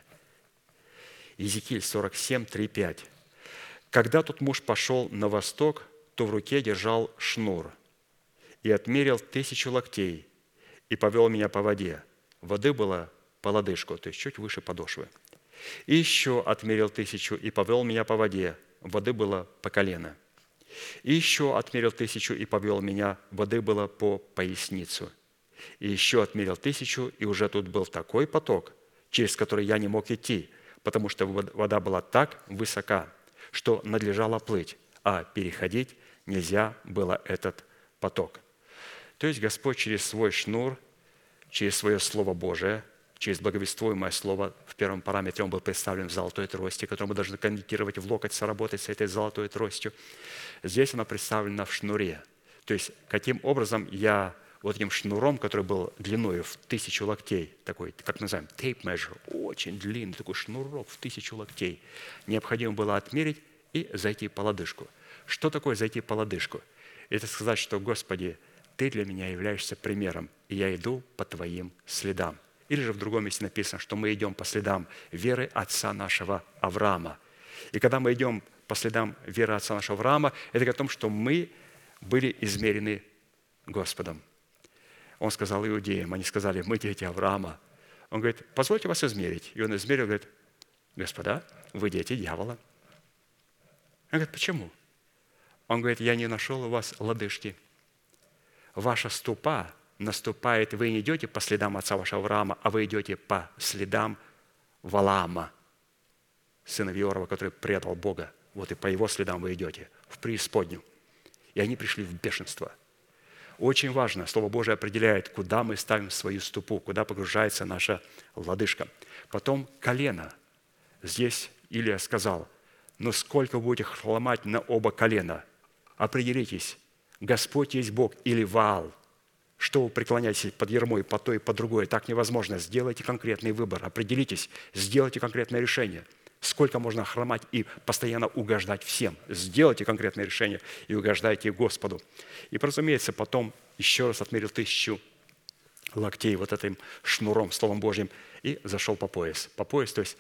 Иезекииль 47, 3, 5. «Когда тот муж пошел на восток, то в руке держал шнур и отмерил 1000 локтей и повел меня по воде. Воды было по лодыжку, то есть чуть выше подошвы. И еще отмерил 1000 и повел меня по воде. Воды было по колено. И еще отмерил 1000 и повел меня, воды было по поясницу. И еще отмерил 1000, и уже тут был такой поток, через который я не мог идти, потому что вода была так высока, что надлежало плыть, а переходить нельзя было этот поток». То есть Господь через свой шнур, через свое Слово Божие, через благовествуемое Слово, в первом параметре он был представлен в золотой трости, которую мы должны коннектировать в локоть, соработать с этой золотой тростью. Здесь она представлена в шнуре. То есть каким образом я вот этим шнуром, который был длиной в 1000 локтей, такой, как называем, tape measure, очень длинный такой шнурок в 1000 локтей, необходимо было отмерить и зайти по лодыжку. Что такое зайти по лодыжку? Это сказать, что, Господи, Ты для меня являешься примером, и я иду по Твоим следам. Или же в другом месте написано, что мы идем по следам веры отца нашего Авраама. И когда мы идем по следам веры отца нашего Авраама, это говорит о том, что мы были измерены Господом. Он сказал иудеям, они сказали, мы дети Авраама. Он говорит, позвольте вас измерить. И он измерил, говорит, господа, вы дети дьявола. Он говорит, почему? Он говорит, я не нашел у вас лодыжки. Ваша ступа наступает, вы не идете по следам отца вашего Авраама, а вы идете по следам Валаама, сына Виорова, который предал Бога. Вот и по его следам вы идете в преисподнюю. И они пришли в бешенство. Очень важно, Слово Божие определяет, куда мы ставим свою ступу, куда погружается наша лодыжка. Потом колено. Здесь Илия сказал, но сколько вы будете хломать на оба колена? Определитесь, Господь есть Бог или Ваал. Что вы преклоняетесь под ярмо и по то, и по другое? Так невозможно. Сделайте конкретный выбор, определитесь, сделайте конкретное решение. Сколько можно хромать и постоянно угождать всем? Сделайте конкретное решение и угождайте Господу. И, разумеется, потом еще раз отмерил 1000 локтей вот этим шнуром, Словом Божьим, и зашел по пояс. По пояс, то есть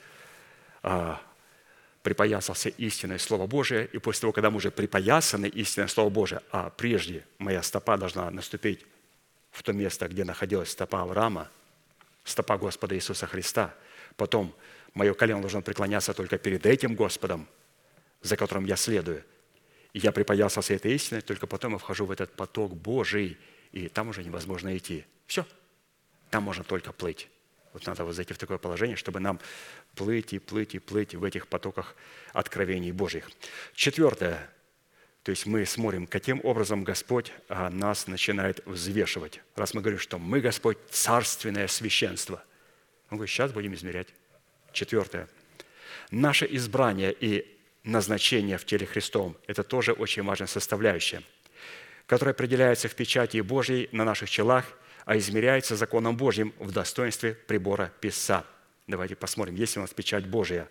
припоясался истинное Слово Божие, и после того, когда мы уже припоясаны истинное Слово Божие, а прежде моя стопа должна наступить в то место, где находилась стопа Авраама, стопа Господа Иисуса Христа. Потом мое колено должно преклоняться только перед этим Господом, за которым я следую. И я припоясался этой истиной, только потом я вхожу в этот поток Божий, и там уже невозможно идти. Все. Там можно только плыть. Вот надо вот зайти в такое положение, чтобы нам плыть и плыть и плыть в этих потоках откровений Божьих. Четвертое. То есть мы смотрим, каким образом Господь нас начинает взвешивать. Раз мы говорим, что мы, Господь, царственное священство. Он говорит, сейчас будем измерять. Четвертое. Наше избрание и назначение в теле Христовом – это тоже очень важная составляющая, которая определяется в печати Божьей на наших челах, а измеряется законом Божьим в достоинстве прибора писца. Давайте посмотрим, есть ли у нас печать Божья,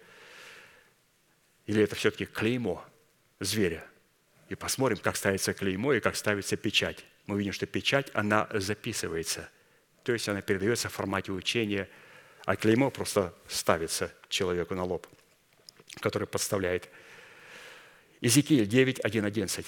или это все-таки клеймо зверя. И посмотрим, как ставится клеймо и как ставится печать. Мы видим, что печать, она записывается, то есть она передается в формате учения, а клеймо просто ставится человеку на лоб, который подставляет. Иезекииль 9, 1, 11.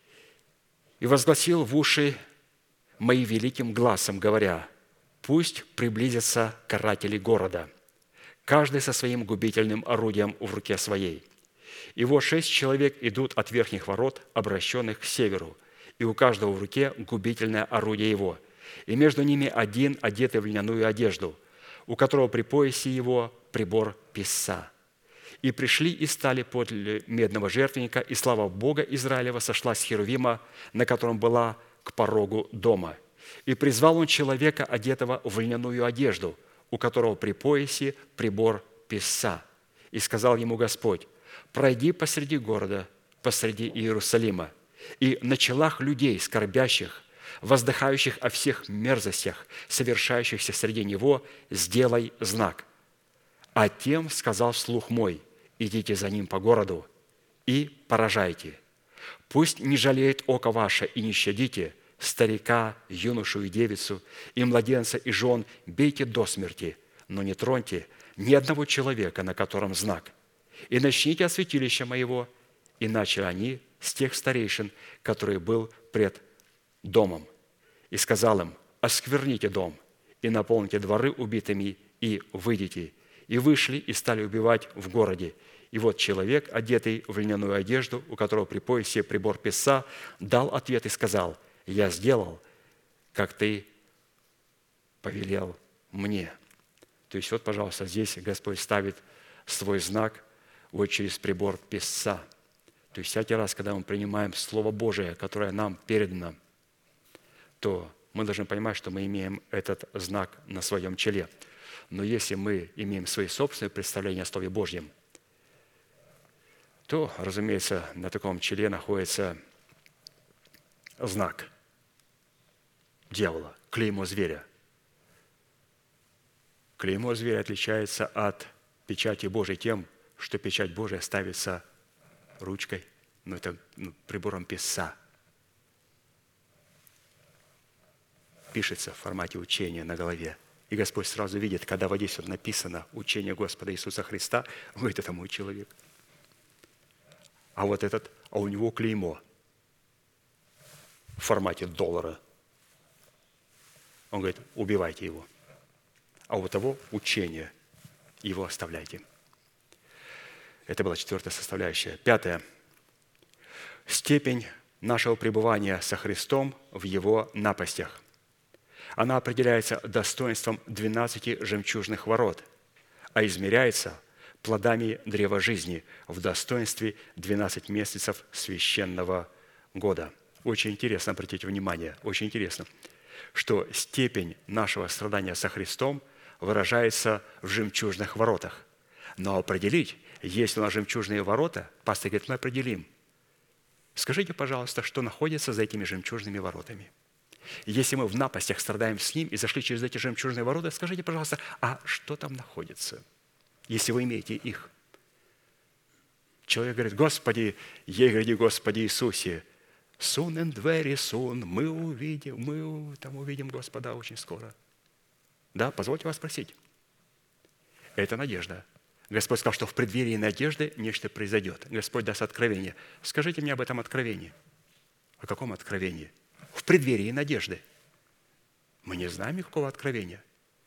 «И возгласил в уши мои великим гласом, говоря, пусть приблизятся каратели города, каждый со своим губительным орудием в руке своей. И вот 6 человек идут от верхних ворот, обращенных к северу, и у каждого в руке губительное орудие его, и между ними один, одетый в льняную одежду, у которого при поясе его прибор писца. И пришли и стали подле медного жертвенника, и слава Бога Израилева сошла с Херувима, на котором была к порогу дома. И призвал он человека, одетого в льняную одежду, у которого при поясе прибор писца. И сказал ему Господь, пройди посреди города, посреди Иерусалима, и на челах людей, скорбящих, воздыхающих о всех мерзостях, совершающихся среди него, сделай знак. А тем сказал вслух мой, идите за ним по городу и поражайте. Пусть не жалеет око ваше и не щадите старика, юношу и девицу, и младенца, и жен, бейте до смерти, но не троньте ни одного человека, на котором знак. И начните от святилища моего». И начали они с тех старейшин, который был пред домом. И сказал им, оскверните дом, и наполните дворы убитыми, и выйдите. И вышли, и стали убивать в городе. И вот человек, одетый в льняную одежду, у которого при поясе прибор писца, дал ответ и сказал, «Я сделал, как ты повелел мне». То есть вот, пожалуйста, здесь Господь ставит свой знак вот через прибор писца. То есть всякий раз, когда мы принимаем Слово Божие, которое нам передано, то мы должны понимать, что мы имеем этот знак на своем челе. Но если мы имеем свои собственные представления о Слове Божьем, то, разумеется, на таком челе находится знак дьявола, клеймо зверя. Клеймо зверя отличается от печати Божией тем, что печать Божия ставится ручкой, это прибором писца. Пишется в формате учения на голове. И Господь сразу видит, когда вот здесь вот написано учение Господа Иисуса Христа, он говорит, это мой человек. А вот этот, у него клеймо в формате $. Он говорит, убивайте его. А у того учение, его оставляйте. Это была 4-я составляющая. 5. Степень нашего пребывания со Христом в Его напастях. Она определяется достоинством 12 жемчужных ворот, а измеряется плодами древа жизни в достоинстве 12 месяцев священного года. Очень интересно, обратите внимание, очень интересно, что степень нашего страдания со Христом выражается в жемчужных воротах. Но определить, есть ли у нас жемчужные ворота, пастор говорит, мы определим. Скажите, пожалуйста, что находится за этими жемчужными воротами? Если мы в напастях страдаем с Ним и зашли через эти жемчужные ворота, скажите, пожалуйста, а что там находится, если вы имеете их? Человек говорит, Господи, ей говори, Господи Иисусе, soon and very soon, мы увидим Господа очень скоро. Да, позвольте вас спросить. Это надежда. Господь сказал, что в преддверии надежды нечто произойдет. Господь даст откровение. Скажите мне об этом откровении. О каком откровении? В преддверии надежды. Мы не знаем никакого откровения.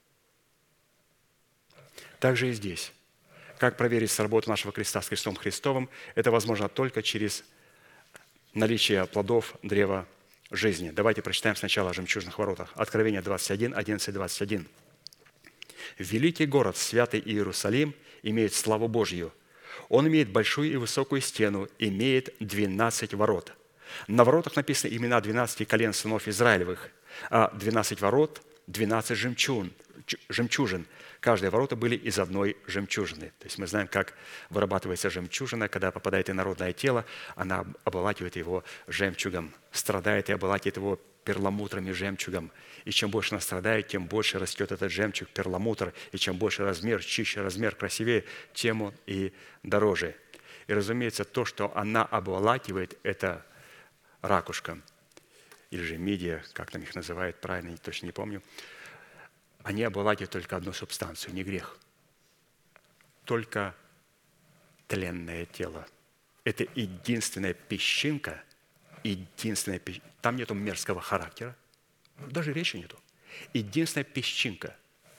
Также и здесь. Как проверить работу нашего креста с крестом Христовым? Это возможно только через наличие плодов древа жизни. Давайте прочитаем сначала о жемчужных воротах. Откровение 21, 11, 21. «Великий город, святый Иерусалим, имеет славу Божью. Он имеет большую и высокую стену, имеет 12 ворот. На воротах написаны имена 12 колен сынов Израилевых, а 12 ворот – 12 жемчужин. Каждые ворота были из одной жемчужины». То есть мы знаем, как вырабатывается жемчужина, когда попадает инородное тело, она обволакивает его жемчугом, страдает и обволакивает его перламутром и жемчугом. И чем больше она страдает, тем больше растет этот жемчуг, перламутр, и чем больше размер, чище размер, красивее, тем он и дороже. И, разумеется, то, что она обволакивает, это ракушка, или же мидия, как там их называют правильно, я точно не помню. Они обволакивают только одну субстанцию, не грех. Только тленное тело. Это единственная песчинка, там нету мерзкого характера, даже речи нету. Единственная песчинка,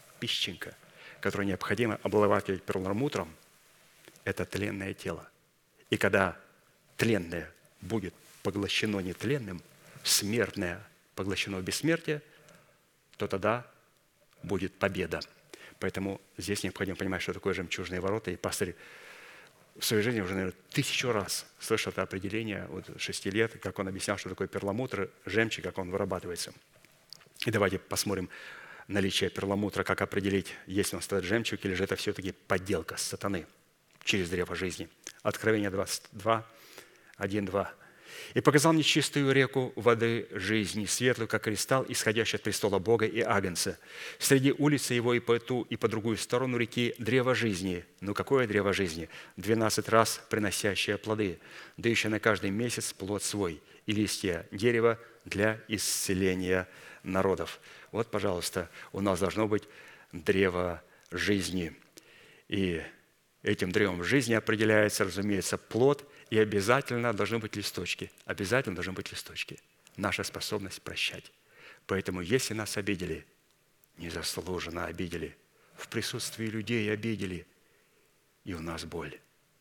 которую необходимо обволакивать перламутром, это тленное тело. И когда тленное будет поглощено нетленным, смертное поглощено бессмертие, то тогда будет победа. Поэтому здесь необходимо понимать, что такое жемчужные ворота. И пастырь в своей жизни уже, наверное, 1000 раз слышал это определение, от 6 лет, как он объяснял, что такое перламутр, жемчуг, как он вырабатывается. И давайте посмотрим наличие перламутра, как определить, есть ли он стоит жемчуг, или же это все-таки подделка сатаны через древо жизни. Откровение 22, 1, 2. «И показал мне чистую реку воды жизни, светлую, как кристалл, исходящую от престола Бога и Агнца. Среди улицы его и по ту, и по другую сторону реки древо жизни». Ну, какое древо жизни? 12 раз приносящее плоды, дающее на каждый месяц плод свой, и листья дерева для исцеления народов. Вот, пожалуйста, у нас должно быть древо жизни. И этим древом жизни определяется, разумеется, плод, и обязательно должны быть листочки. Обязательно должны быть листочки. Наша способность прощать. Поэтому, если нас обидели, незаслуженно обидели, в присутствии людей обидели, и у нас боль.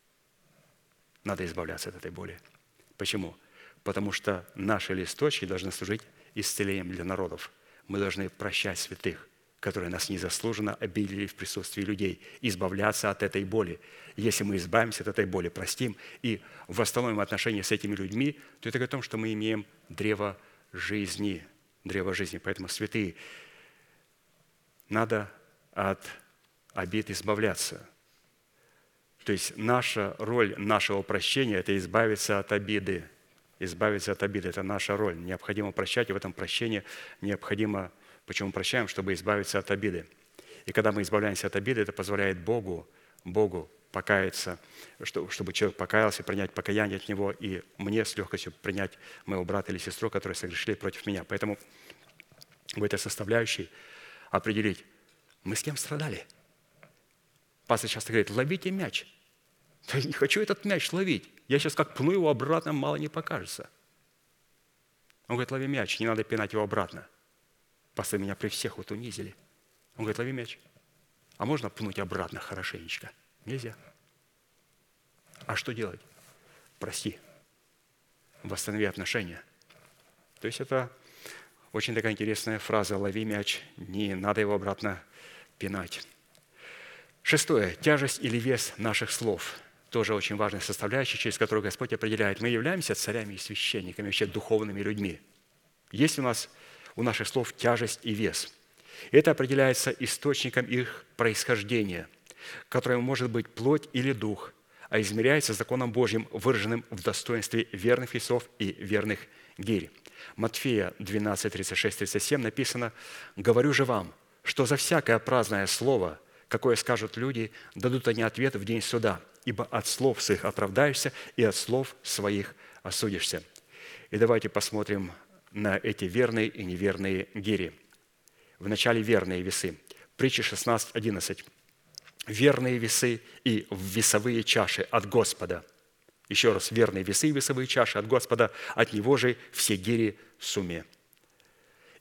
Надо избавляться от этой боли. Почему? Потому что наши листочки должны служить исцелением для народов. Мы должны прощать святых, которые нас незаслуженно обидели в присутствии людей, избавляться от этой боли. Если мы избавимся от этой боли, простим и восстановим отношения с этими людьми, то это говорит о том, что мы имеем древо жизни. Древо жизни. Поэтому, святые, надо от обид избавляться. То есть наша роль нашего прощения – это избавиться от обиды. Избавиться от обиды – это наша роль. Необходимо прощать, и в этом прощении необходимо. Почему мы прощаем? Чтобы избавиться от обиды. И когда мы избавляемся от обиды, это позволяет Богу покаяться, чтобы человек покаялся, принять покаяние от него, и мне с легкостью принять моего брата или сестру, которые согрешили против меня. Поэтому в этой составляющей определить, мы с кем страдали. Пастор часто говорит, ловите мяч. Я не хочу этот мяч ловить. Я сейчас как пну его обратно, мало не покажется. Он говорит, лови мяч, не надо пинать его обратно. Пастор, меня при всех вот унизили. Он говорит, лови мяч. А можно пнуть обратно хорошенечко? Нельзя. А что делать? Прости. Восстанови отношения. То есть это очень такая интересная фраза. Лови мяч, не надо его обратно пинать. 6. Тяжесть или вес наших слов. Тоже очень важная составляющая, через которую Господь определяет. Мы являемся царями и священниками, вообще духовными людьми. Есть у наших слов тяжесть и вес. Это определяется источником их происхождения, которое может быть плоть или дух, а измеряется законом Божьим, выраженным в достоинстве верных весов и верных гирь. Матфея 12, 36, 37 написано: «Говорю же вам, что за всякое праздное слово, какое скажут люди, дадут они ответ в день суда, ибо от слов своих оправдаешься, и от слов своих осудишься». И давайте посмотрим на эти верные и неверные гири. Вначале верные весы. Притча 16, 11. «Верные весы и весовые чаши от Господа». Еще раз, верные весы и весовые чаши от Господа, от Него же все гири в сумме.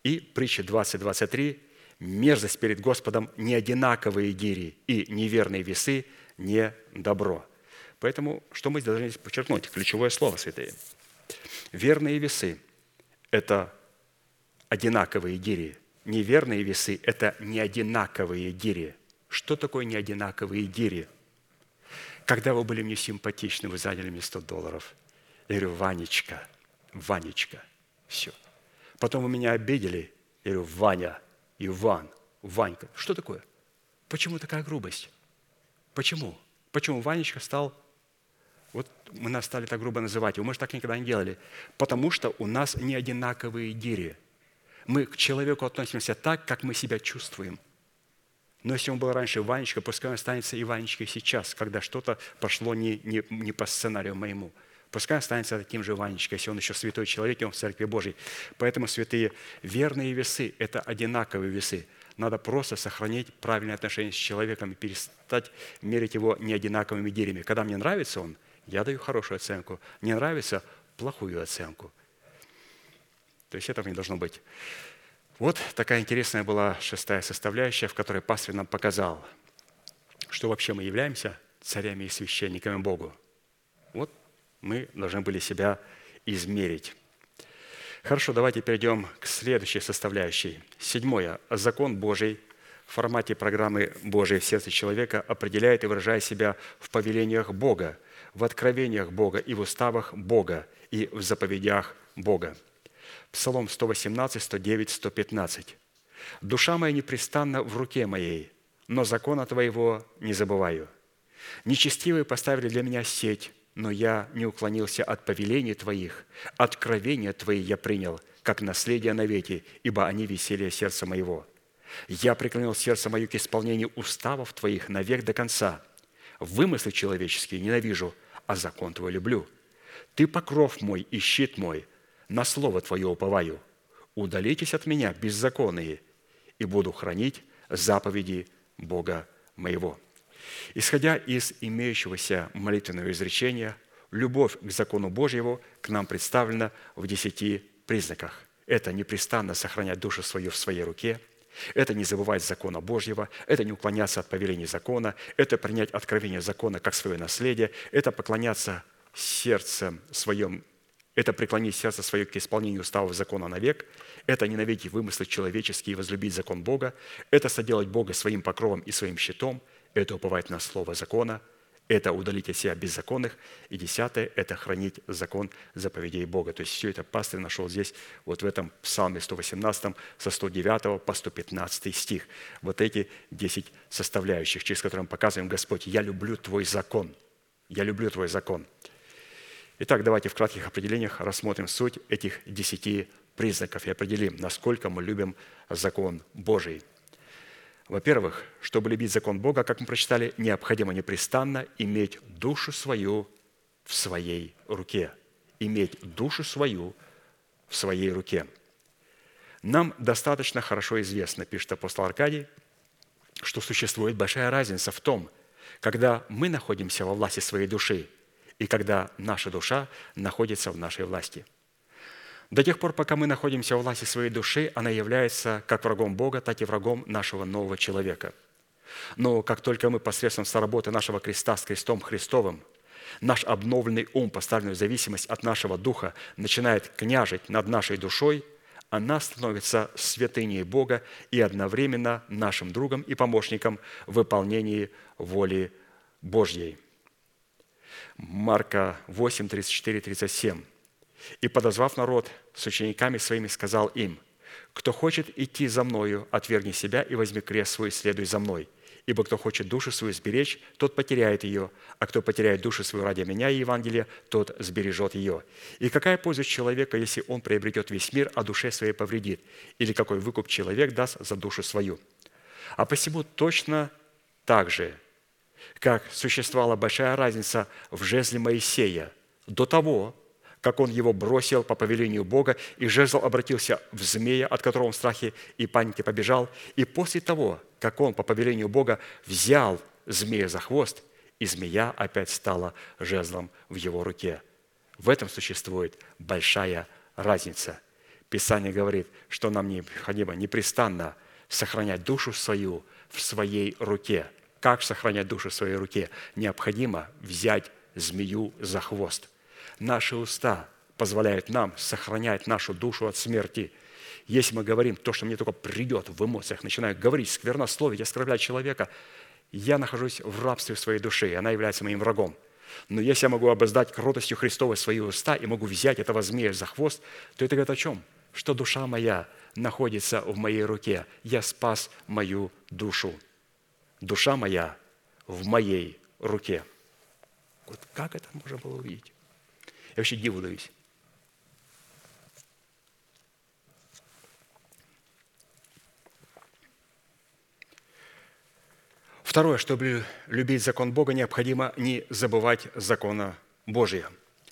И притча 20:23: «Мерзость перед Господом не одинаковые гири, и неверные весы не добро». Поэтому, что мы должны подчеркнуть? Ключевое слово, святые. Верные весы – это одинаковые гири. Неверные весы – это неодинаковые гири. Что такое неодинаковые гири? Когда вы были мне симпатичны, вы заняли мне $100. Я говорю: Ванечка, Ванечка, все. Потом вы меня обидели, я говорю: Ваня, Иван, Ванька. Что такое? Почему такая грубость? Почему? Почему Ванечка стал... Вот мы нас стали так грубо называть его. Мы же так никогда не делали. Потому что у нас не одинаковые гири. Мы к человеку относимся так, как мы себя чувствуем. Но если он был раньше Ванечка, пускай он останется и Ванечкой сейчас, когда что-то пошло не по сценарию моему. Пускай останется таким же Ванечкой, если он еще святой человек, и он в Церкви Божьей. Поэтому, святые, верные весы – это одинаковые весы. Надо просто сохранить правильные отношения с человеком и перестать мерить его неодинаковыми гирями. Когда мне нравится он, я даю хорошую оценку. Не нравится – плохую оценку. То есть этого не должно быть. Вот такая интересная была 6-я составляющая, в которой пастырь нам показал, что вообще мы являемся царями и священниками Богу. Вот мы должны были себя измерить. Хорошо, давайте перейдем к следующей составляющей. 7. Закон Божий в формате программы Божией в сердце человека определяет и выражает себя в повелениях Бога, в откровениях Бога и в уставах Бога, и в заповедях Бога. Псалом 118, 109, 115. «Душа моя непрестанна в руке моей, но закона Твоего не забываю. Нечестивые поставили для меня сеть, но я не уклонился от повелений Твоих. Откровения Твои я принял, как наследие навеки, ибо они веселье сердца моего. Я преклонил сердце мое к исполнению уставов Твоих навек до конца. Вымыслы человеческие ненавижу, а закон Твой люблю. Ты покров мой и щит мой, на слово Твое уповаю. Удалитесь от меня, беззаконные, и буду хранить заповеди Бога моего». Исходя из имеющегося молитвенного изречения, любовь к закону Божьему к нам представлена в 10 признаках. Это непрестанно сохранять душу свою в своей руке, это не забывать закона Божьего, это не уклоняться от повелений закона, это принять откровение закона как свое наследие, это поклоняться сердцем своем, это преклонить сердце свое к исполнению уставов закона навек, это ненавидеть вымыслы человеческие и возлюбить закон Бога, это соделать Бога своим покровом и своим щитом, это уповать на слово закона, это удалить от себя беззаконных. И 10. это хранить закон заповедей Бога. То есть все это пастырь нашел здесь, вот в этом Псалме 118, со 109 по 115 стих. Вот эти 10 составляющих, через которые мы показываем: Господь, я люблю Твой закон. Я люблю Твой закон. Итак, давайте в кратких определениях рассмотрим суть этих 10 признаков и определим, насколько мы любим закон Божий. Во-первых, чтобы любить закон Бога, как мы прочитали, необходимо непрестанно иметь душу свою в своей руке. Иметь душу свою в своей руке. Нам достаточно хорошо известно, пишет апостол Аркадий, что существует большая разница в том, когда мы находимся во власти своей души и когда наша душа находится в нашей власти. До тех пор, пока мы находимся во власти своей души, она является как врагом Бога, так и врагом нашего нового человека. Но как только мы посредством соработы нашего креста с крестом Христовым, наш обновленный ум, поставленный в зависимость от нашего духа, начинает княжить над нашей душой, она становится святыней Бога и одновременно нашим другом и помощником в выполнении воли Божьей. Марка 8, 34, 37. «И, подозвав народ с учениками своими, сказал им: кто хочет идти за мною, отвергни себя и возьми крест свой, следуй за мной. Ибо кто хочет душу свою сберечь, тот потеряет ее, а кто потеряет душу свою ради меня и Евангелия, тот сбережет ее. И какая польза человека, если он приобретет весь мир, а душе своей повредит? Или какой выкуп человек даст за душу свою? А посему точно так же, как существовала большая разница в жезле Моисея до того, как он его бросил по повелению Бога, и жезл обратился в змея, от которого он в страхе и панике побежал. И после того, как он по повелению Бога взял змея за хвост, и змея опять стала жезлом в его руке. В этом существует большая разница. Писание говорит, что нам необходимо непрестанно сохранять душу свою в своей руке. Как сохранять душу в своей руке? Необходимо взять змею за хвост. Наши уста позволяют нам сохранять нашу душу от смерти. Если мы говорим то, что мне только придет в эмоциях, начинаю говорить, сквернословить, оскорблять человека, я нахожусь в рабстве в своей душе, и она является моим врагом. Но если я могу обуздать кротостью Христовой свои уста и могу взять этого змея за хвост, то это говорит о чем? Что душа моя находится в моей руке. Я спас мою душу. Душа моя в моей руке. Вот как это можно было увидеть? Я вообще диву даюсь. Второе, чтобы любить закон Бога, необходимо не забывать закона Божия.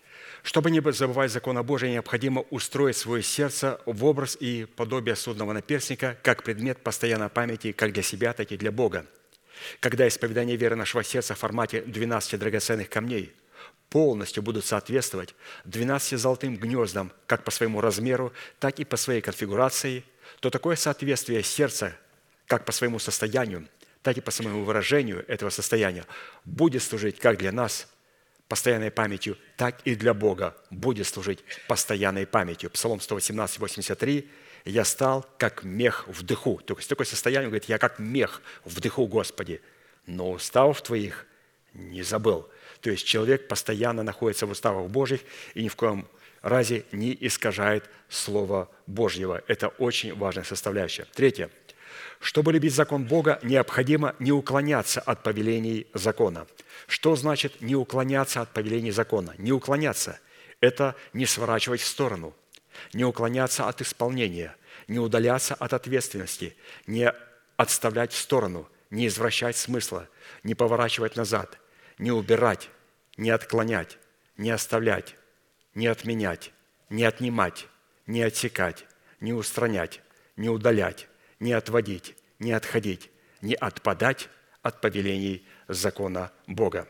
Чтобы не забывать закона Божия, необходимо устроить свое сердце в образ и подобие судного наперстника, как предмет постоянной памяти как для себя, так и для Бога. Когда исповедание веры нашего сердца в формате 12 драгоценных камней полностью будут соответствовать 12 золотым гнездам как по своему размеру, так и по своей конфигурации, то такое соответствие сердца как по своему состоянию, так и по самому выражению этого состояния будет служить как для нас постоянной памятью, так и для Бога будет служить постоянной памятью. Псалом 118, 83. «Я стал, как мех в дыху». То есть такое состояние, говорит, я как мех в дыху, Господи, но уставов Твоих не забыл. То есть человек постоянно находится в уставах Божьих и ни в коем разе не искажает Слова Божьего. Это очень важная составляющая. Третье. Чтобы любить закон Бога, необходимо не уклоняться от повелений закона. Что значит не уклоняться от повелений закона? Не уклоняться – это не сворачивать в сторону, не уклоняться от исполнения, не удаляться от ответственности, не отставлять в сторону, не извращать смысла, не поворачивать назад, не убирать, не отклонять, не оставлять, не отменять, не отнимать, не отсекать, не устранять, не удалять, не отводить, не отходить, не отпадать от повелений закона Бога.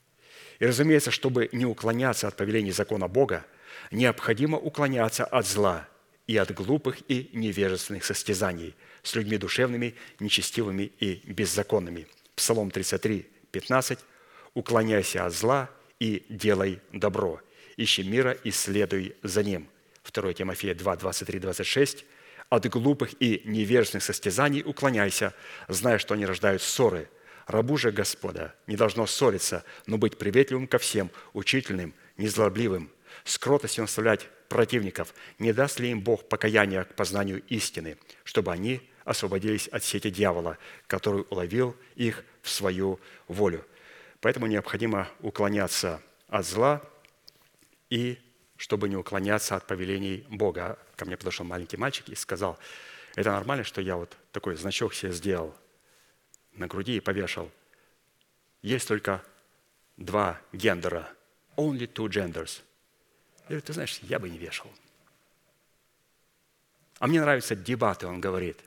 И, разумеется, чтобы не уклоняться от повелений закона Бога, необходимо уклоняться от зла и от глупых и невежественных состязаний с людьми душевными, нечестивыми и беззаконными. Псалом 33, 15. «Уклоняйся от зла и делай добро. Ищи мира и следуй за ним». 2 Тимофея 2, 23, 26. «От глупых и невежественных состязаний уклоняйся, зная, что они рождают ссоры. Рабу же Господа не должно ссориться, но быть приветливым ко всем, учительным, незлобливым, с кротостью наставлять противников. Не даст ли им Бог покаяния к познанию истины, чтобы они освободились от сети дьявола, который уловил их в свою волю?» Поэтому необходимо уклоняться от зла и чтобы не уклоняться от повелений Бога. Ко мне подошел маленький мальчик и сказал, это нормально, что я вот такой значок себе сделал на груди и повешал. Есть только 2 гендера. Only 2 genders. Я говорю, ты знаешь, я бы не вешал. А мне нравятся дебаты, он говорит.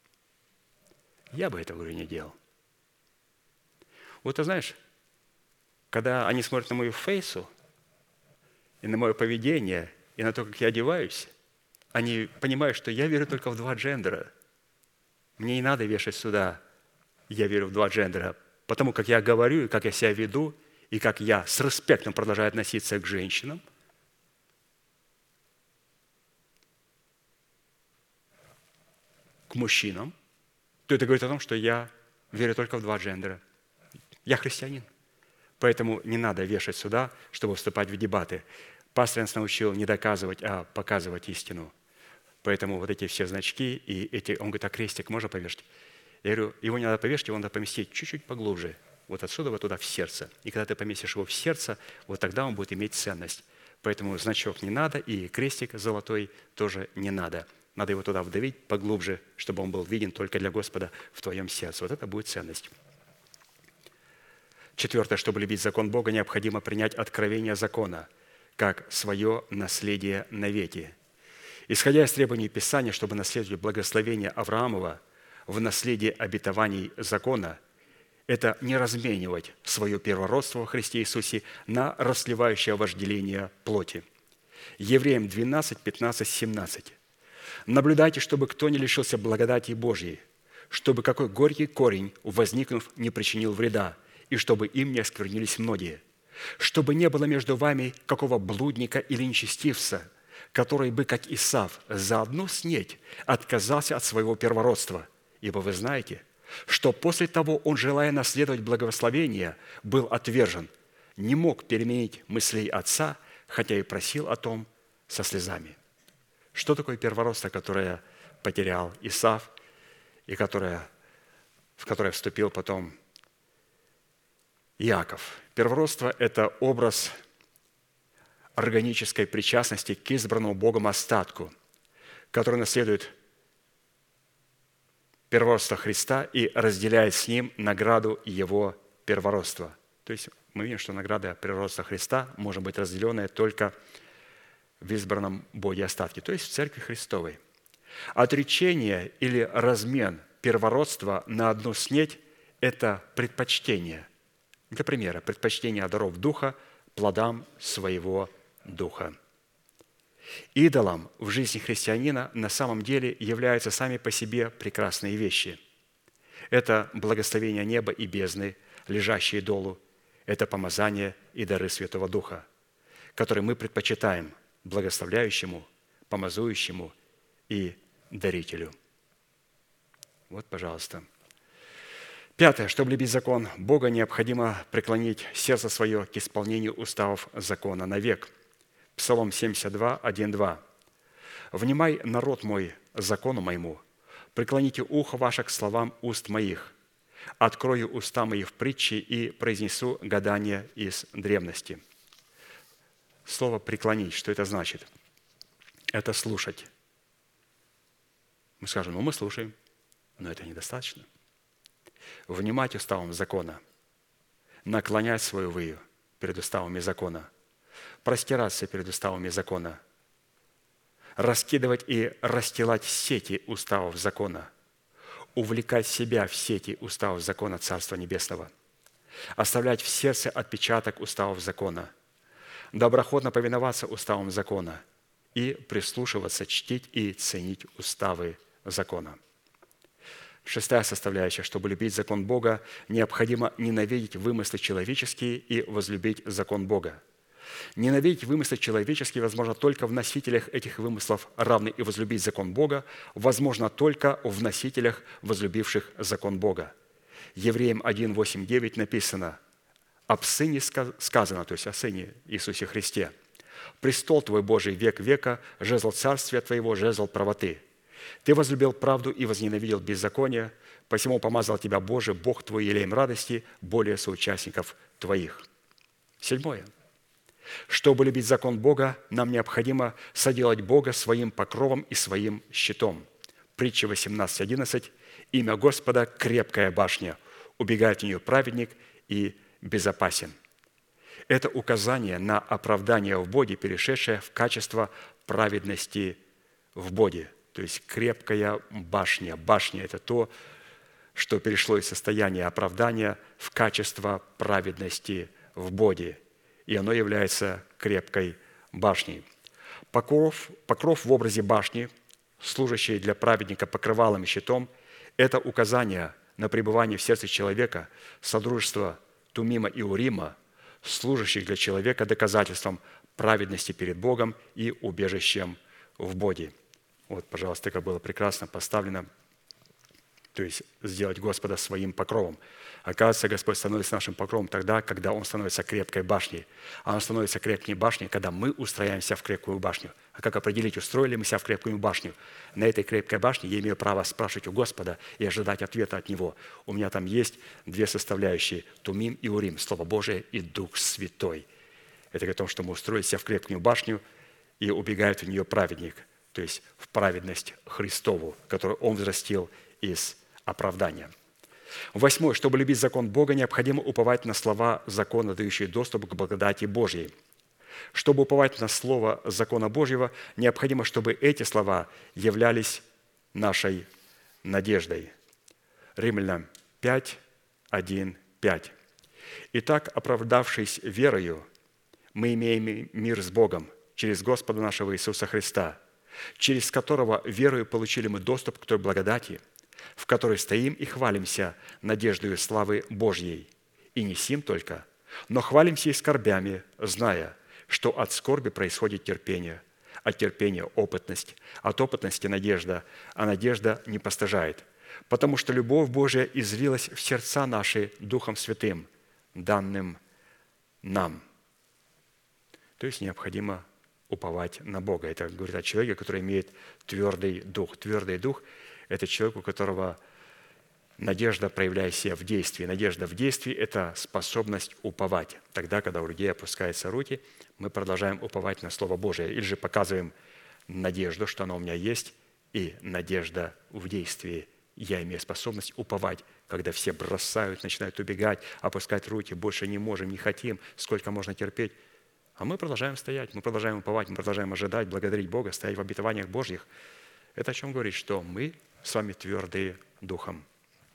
Я бы этого, говорю, не делал. Вот ты знаешь, когда они смотрят на мою фейсу, и на мое поведение, и на то, как я одеваюсь, они понимают, что я верю только в 2 гендера. Мне не надо вешать сюда «я верю в 2 гендера», потому как я говорю, и как я себя веду, и как я с респектом продолжаю относиться к женщинам, к мужчинам, то это говорит о том, что я верю только в 2 гендера. Я христианин. Поэтому не надо вешать сюда, чтобы вступать в дебаты. Пастор нас научил не доказывать, а показывать истину. Поэтому вот эти все значки, и эти, он говорит, а крестик можно повешать? Я говорю, его не надо повешать, его надо поместить чуть-чуть поглубже. Вот отсюда вот туда в сердце. И когда ты поместишь его в сердце, вот тогда он будет иметь ценность. Поэтому значок не надо, и крестик золотой тоже не надо. Надо его туда вдавить поглубже, чтобы он был виден только для Господа в твоем сердце. Вот это будет ценность. 4. Чтобы любить закон Бога, необходимо принять откровение закона как свое наследие навеки. Исходя из требований Писания, чтобы наследовать благословение Авраамова в наследие обетований закона, это не разменивать свое первородство во Христе Иисусе на расливающее вожделение плоти. Евреям 12, 15, 17. Наблюдайте, чтобы кто не лишился благодати Божьей, чтобы какой горький корень, возникнув, не причинил вреда, и чтобы им не осквернились многие. Чтобы не было между вами какого блудника или нечестивца, который бы, как Исав, за одну снеть отказался от своего первородства. Ибо вы знаете, что после того он, желая наследовать благословение, был отвержен, не мог переменить мыслей отца, хотя и просил о том со слезами». Что такое первородство, которое потерял Исав, и в которое вступил потом Иаков? Первородство – это образ органической причастности к избранному Богом остатку, который наследует первородство Христа и разделяет с Ним награду Его первородства. То есть мы видим, что награда первородства Христа может быть разделенная только в избранном Боге остатке, то есть в Церкви Христовой. Отречение или размен первородства на одну снеть – это предпочтение. Для примера, предпочтение даров Духа плодам своего Духа. Идолом в жизни христианина на самом деле являются сами по себе прекрасные вещи. Это благословение неба и бездны, лежащие долу, это помазание и дары Святого Духа, которые мы предпочитаем благословляющему, помазующему и дарителю. Вот, пожалуйста. Пятое. Чтобы любить закон Бога, необходимо преклонить сердце свое к исполнению уставов закона навек. Псалом 72, 1-2. «Внимай, народ мой, закону моему, преклоните ухо ваше к словам уст моих. Открою уста мои в притчи и произнесу гадания из древности». Слово «преклонить», что это значит? Это слушать. Мы скажем, мы слушаем, но это недостаточно. Внимать уставам закона, наклонять свою выю перед уставами закона, простираться перед уставами закона, раскидывать и расстилать сети уставов закона, увлекать себя в сети уставов закона Царства Небесного, оставлять в сердце отпечаток уставов закона, доброходно повиноваться уставам закона и прислушиваться, чтить и ценить уставы закона. Шестая составляющая. Чтобы любить закон Бога, необходимо ненавидеть вымыслы человеческие и возлюбить закон Бога. Ненавидеть вымыслы человеческие возможно только в носителях этих вымыслов, равно и возлюбить закон Бога возможно только в носителях, возлюбивших закон Бога. Евреям 1, 8, 9 написано: «Об Сыне сказано», то есть о Сыне Иисусе Христе: «Престол Твой Божий век века, жезл царствия Твоего, жезл правоты. Ты возлюбил правду и возненавидел беззаконие, посему помазал Тебя, Боже, Бог Твой, елеем радости, более соучастников Твоих». Седьмое. Чтобы любить закон Бога, нам необходимо соделать Бога своим покровом и своим щитом. Притча 18:11. «Имя Господа – крепкая башня, убегает в нее праведник и безопасен». Это указание на оправдание в Боге, перешедшее в качество праведности в Боге. То есть крепкая башня. Башня – это то, что перешло из состояния оправдания в качество праведности в Боге. И оно является крепкой башней. Покров в образе башни, служащий для праведника покрывалом и щитом, это указание на пребывание в сердце человека, содружество Тумима и Урима, служащих для человека доказательством праведности перед Богом и убежищем в Боге. Вот, пожалуйста, как было прекрасно поставлено, то есть сделать Господа своим покровом. Оказывается, Господь становится нашим покровом тогда, когда Он становится крепкой башней. А Он становится крепкой башней, когда мы устрояемся в крепкую башню. А как определить, устроили мы себя в крепкую башню? На этой крепкой башне я имею право спрашивать у Господа и ожидать ответа от Него. У меня там есть две составляющие – Тумим и Урим, Слово Божие и Дух Святой. Это говорит о том, что мы устроили себя в крепкую башню, и убегает в нее праведник, то есть в праведность Христову, которую Он взрастил из оправдания. Восьмое. Чтобы любить закон Бога, необходимо уповать на слова закона, дающие доступ к благодати Божьей. Чтобы уповать на слово закона Божьего, необходимо, чтобы эти слова являлись нашей надеждой. Римлянам 5, 1, 5. «Итак, оправдавшись верою, мы имеем мир с Богом через Господа нашего Иисуса Христа, через которого верою получили мы доступ к той благодати, в которой стоим и хвалимся надеждою славы Божьей. И не сим только, но хвалимся и скорбями, зная, что от скорби происходит терпение, от терпения – опытность, от опытности – надежда, а надежда не постыжает, потому что любовь Божия излилась в сердца наши Духом Святым, данным нам». То есть необходимо уповать на Бога. Это говорит о человеке, который имеет твердый дух. Твердый дух – это человек, у которого надежда проявляет себя в действии. Надежда в действии – это способность уповать. Тогда, когда у людей опускаются руки, мы продолжаем уповать на Слово Божие. Или же показываем надежду, что оно у меня есть, и надежда в действии. Я имею способность уповать, когда все бросают, начинают убегать, опускать руки, больше не можем, не хотим, сколько можно терпеть. А мы продолжаем стоять, мы продолжаем уповать, мы продолжаем ожидать, благодарить Бога, стоять в обетованиях Божьих. Это о чем говорит? Что мы с вами твердые духом.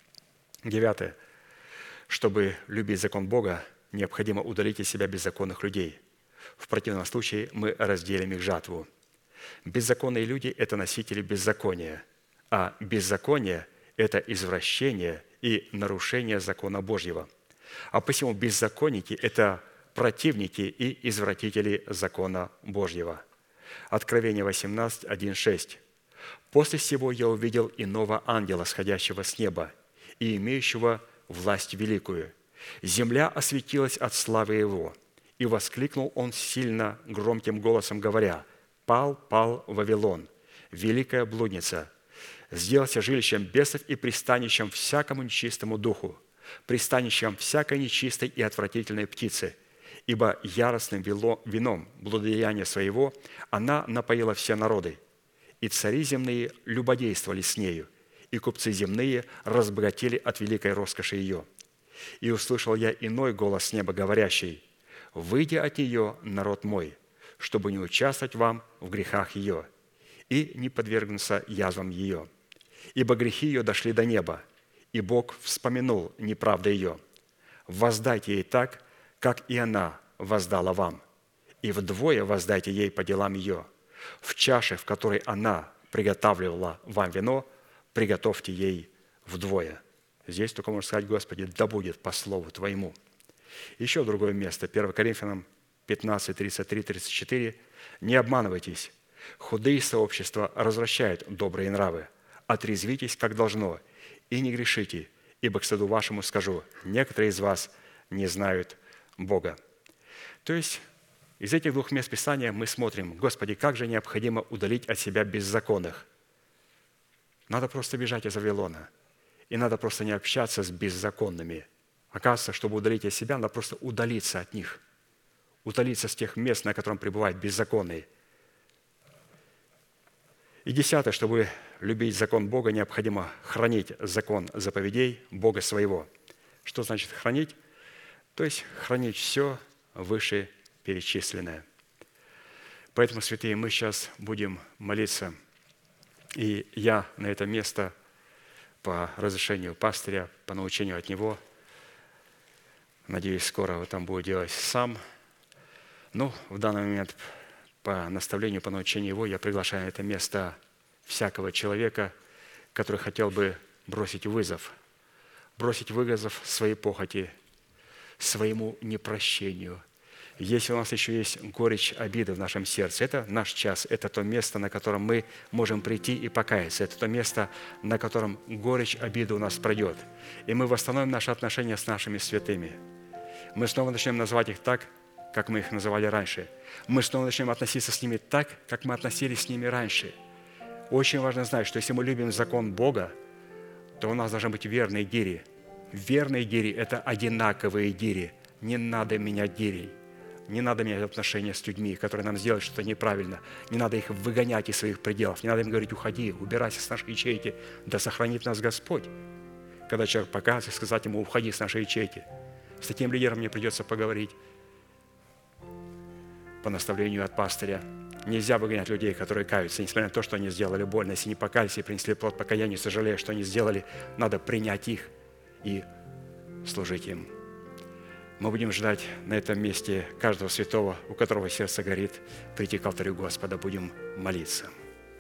9. Чтобы любить закон Бога, необходимо удалить из себя беззаконных людей. В противном случае мы разделим их жатву. Беззаконные люди – это носители беззакония, а беззаконие – это извращение и нарушение закона Божьего. А посему беззаконники – это противники и извратители закона Божьего. Откровение 18, 1, 6. «После сего я увидел иного ангела, сходящего с неба, и имеющего власть великую. Земля осветилась от славы его, и воскликнул он сильно громким голосом, говоря: „Пал, пал Вавилон, великая блудница, сделался жилищем бесов и пристанищем всякому нечистому духу, пристанищем всякой нечистой и отвратительной птицы, ибо яростным вином блудодеяния своего она напоила все народы, и цари земные любодействовали с нею, и купцы земные разбогатели от великой роскоши ее. И услышал я иной голос с неба, говорящий: „Выйди от нее, народ мой, чтобы не участвовать вам в грехах ее, и не подвергнуться язвам ее. Ибо грехи ее дошли до неба, и Бог вспомянул неправду ее. Воздайте ей так, как и она воздала вам, и вдвое воздайте ей по делам ее. В чаше, в которой она приготавливала вам вино, приготовьте ей вдвое». Здесь только можно сказать: «Господи, да будет по слову Твоему». Еще другое место, 1 Коринфянам 15, 33, 34. «Не обманывайтесь, худые сообщества развращают добрые нравы. Отрезвитесь, как должно, и не грешите, ибо к стыду вашему скажу: некоторые из вас не знают Бога». То есть из этих двух мест Писания мы смотрим: Господи, как же необходимо удалить от себя беззаконных. Надо просто бежать из Вавилона, и надо просто не общаться с беззаконными. Оказывается, чтобы удалить от себя, надо просто удалиться от них, удалиться с тех мест, на котором пребывают беззаконные. И 10. Чтобы любить закон Бога, необходимо хранить закон заповедей Бога своего. Что значит хранить? То есть хранить все вышеперечисленное. Поэтому, святые, мы сейчас будем молиться. И я на это место по разрешению пастыря, по научению от него, надеюсь, скоро там буду делать сам. Но в данный момент по наставлению, по научению его я приглашаю на это место всякого человека, который хотел бы бросить вызов своей похоти, своему непрощению. Если у нас еще есть горечь обиды в нашем сердце, это наш час, это то место, на котором мы можем прийти и покаяться. Это то место, на котором горечь обиды у нас пройдет. И мы восстановим наши отношения с нашими святыми. Мы снова начнем называть их так, как мы их называли раньше. Мы снова начнем относиться с ними так, как мы относились с ними раньше. Очень важно знать, что если мы любим закон Бога, то у нас должны быть верные гири. Верные гири – это одинаковые гири. Не надо менять гирей. Не надо менять отношения с людьми, которые нам сделали что-то неправильно. Не надо их выгонять из своих пределов. Не надо им говорить: уходи, убирайся с нашей ячейки. Да сохранит нас Господь. Когда человек показывает, сказать ему: уходи с нашей ячейки. С таким лидером мне придется поговорить по наставлению от пастыря. Нельзя выгонять людей, которые каются, несмотря на то, что они сделали больно. Если не покаялись и принесли плод покаяния, сожалея, что они сделали, надо принять их и служить им. Мы будем ждать на этом месте каждого святого, у которого сердце горит, прийти к алтарю Господа, будем молиться.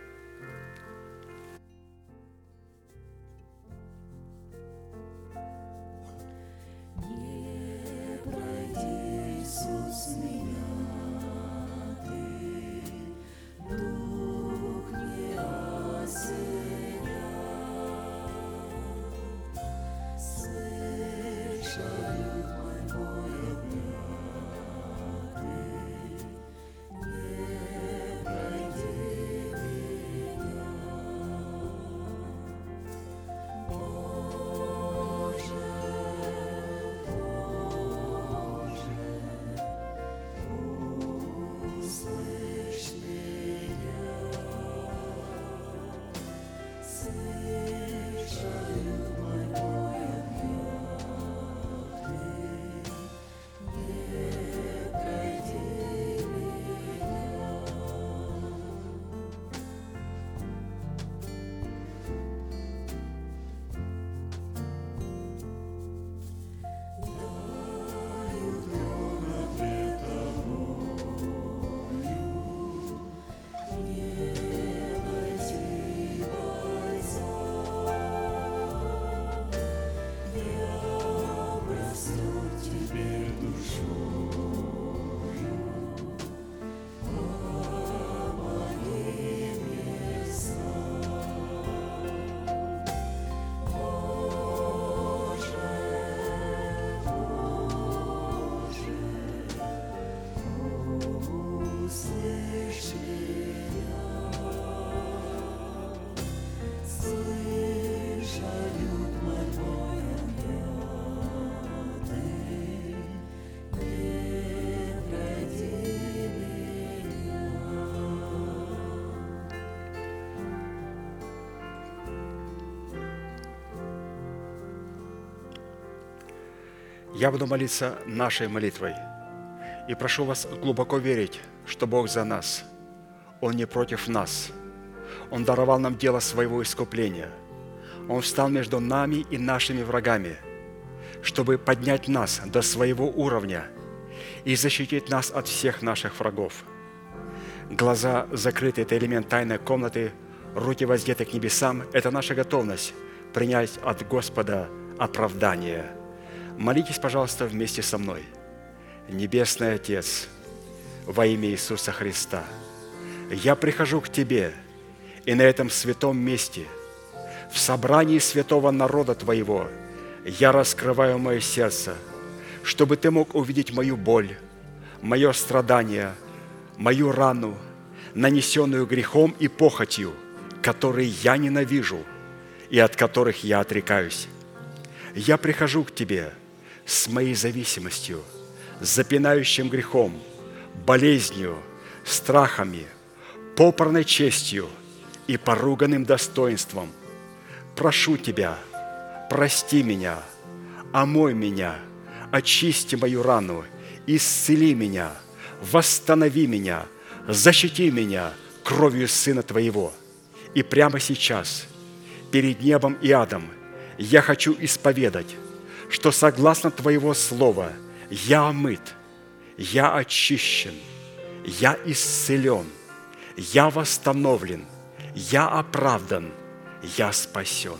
Я буду молиться нашей молитвой. И прошу вас глубоко верить, что Бог за нас. Он не против нас. Он даровал нам дело своего искупления. Он встал между нами и нашими врагами, чтобы поднять нас до своего уровня и защитить нас от всех наших врагов. Глаза закрыты – это элемент тайной комнаты, руки воздеты к небесам – это наша готовность принять от Господа оправдание. Молитесь, пожалуйста, вместе со мной. Небесный Отец, во имя Иисуса Христа, я прихожу к Тебе, и на этом святом месте, в собрании святого народа Твоего, я раскрываю мое сердце, чтобы Ты мог увидеть мою боль, мое страдание, мою рану, нанесенную грехом и похотью, которые я ненавижу и от которых я отрекаюсь. Я прихожу к Тебе с моей зависимостью, запинающим грехом, болезнью, страхами, попранной честью и поруганным достоинством. Прошу Тебя, прости меня, омой меня, очисти мою рану, исцели меня, восстанови меня, защити меня кровью Сына Твоего. И прямо сейчас, перед небом и адом, я хочу исповедать, что согласно Твоего Слова я омыт, я очищен, я исцелен, я восстановлен, я оправдан, я спасен.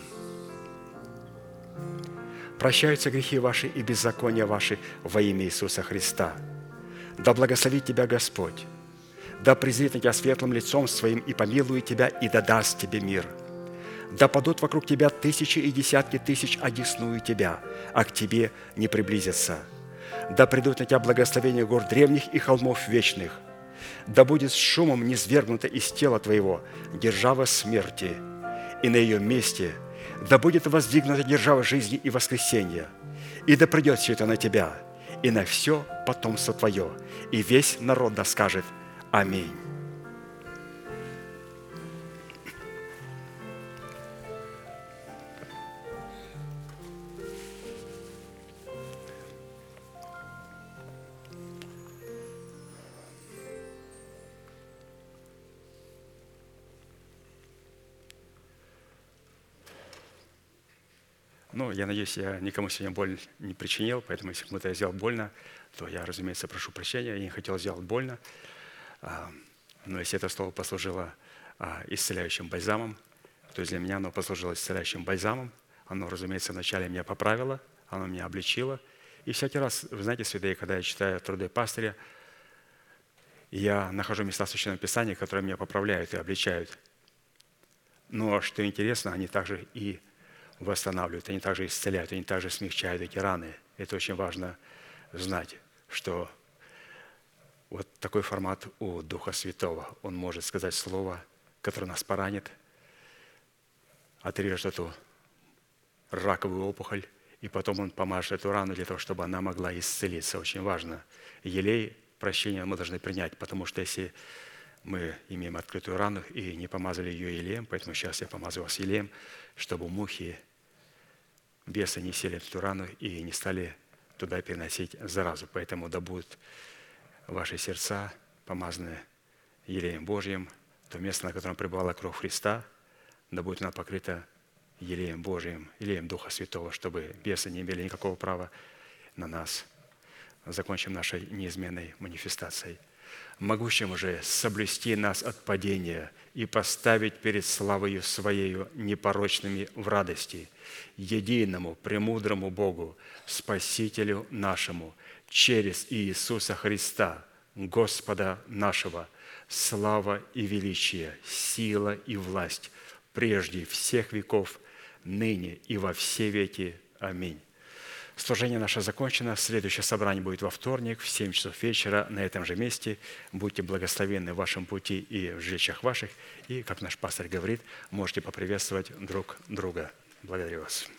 Прощаются грехи ваши и беззакония ваши во имя Иисуса Христа. Да благословит тебя Господь, да презрит на тебя светлым лицом своим и помилует тебя, и да даст тебе мир. Да падут вокруг тебя тысячи и десятки тысяч, одесную тебя, а к тебе не приблизятся. Да придут на тебя благословения гор древних и холмов вечных. Да будет с шумом низвергнута из тела твоего держава смерти, и на ее месте да будет воздвигнута держава жизни и воскресения. И да придет все это на тебя и на все потомство твое, и весь народ да скажет Аминь. Я надеюсь, я никому сегодня боль не причинил, поэтому если кому-то я сделал больно, то я, разумеется, прошу прощения, я не хотел сделать больно. Но если это слово послужило исцеляющим бальзамом, то есть для меня оно послужило исцеляющим бальзамом, оно, разумеется, вначале меня поправило, оно меня обличило. И всякий раз, вы знаете, святые, когда я читаю труды пастыря, я нахожу места в Священном Писании, которые меня поправляют и обличают. Но, что интересно, они также и восстанавливают, они также исцеляют, они также смягчают эти раны. Это очень важно знать, что вот такой формат у Духа Святого. Он может сказать слово, которое нас поранит, отрежет эту раковую опухоль, и потом Он помажет эту рану для того, чтобы она могла исцелиться. Очень важно. Елей, прощения мы должны принять, потому что если мы имеем открытую рану и не помазали ее елеем, поэтому сейчас я помазываю вас елеем, чтобы мухи, бесы не сели в эту рану и не стали туда переносить заразу. Поэтому да будут ваши сердца помазаны елеем Божьим, то место, на котором пребывала кровь Христа, да будет она покрыта елеем Божьим, елеем Духа Святого, чтобы бесы не имели никакого права на нас. Закончим нашей неизменной манифестацией. Могущим же соблюсти нас от падения и поставить перед славою Своею непорочными в радости, единому, премудрому Богу, Спасителю нашему, через Иисуса Христа, Господа нашего, слава и величие, сила и власть, прежде всех веков, ныне и во все веки. Аминь. Служение наше закончено. Следующее собрание будет во вторник в 7 часов вечера на этом же месте. Будьте благословенны в вашем пути и в жилищах ваших. И, как наш пастор говорит, можете поприветствовать друг друга. Благодарю вас.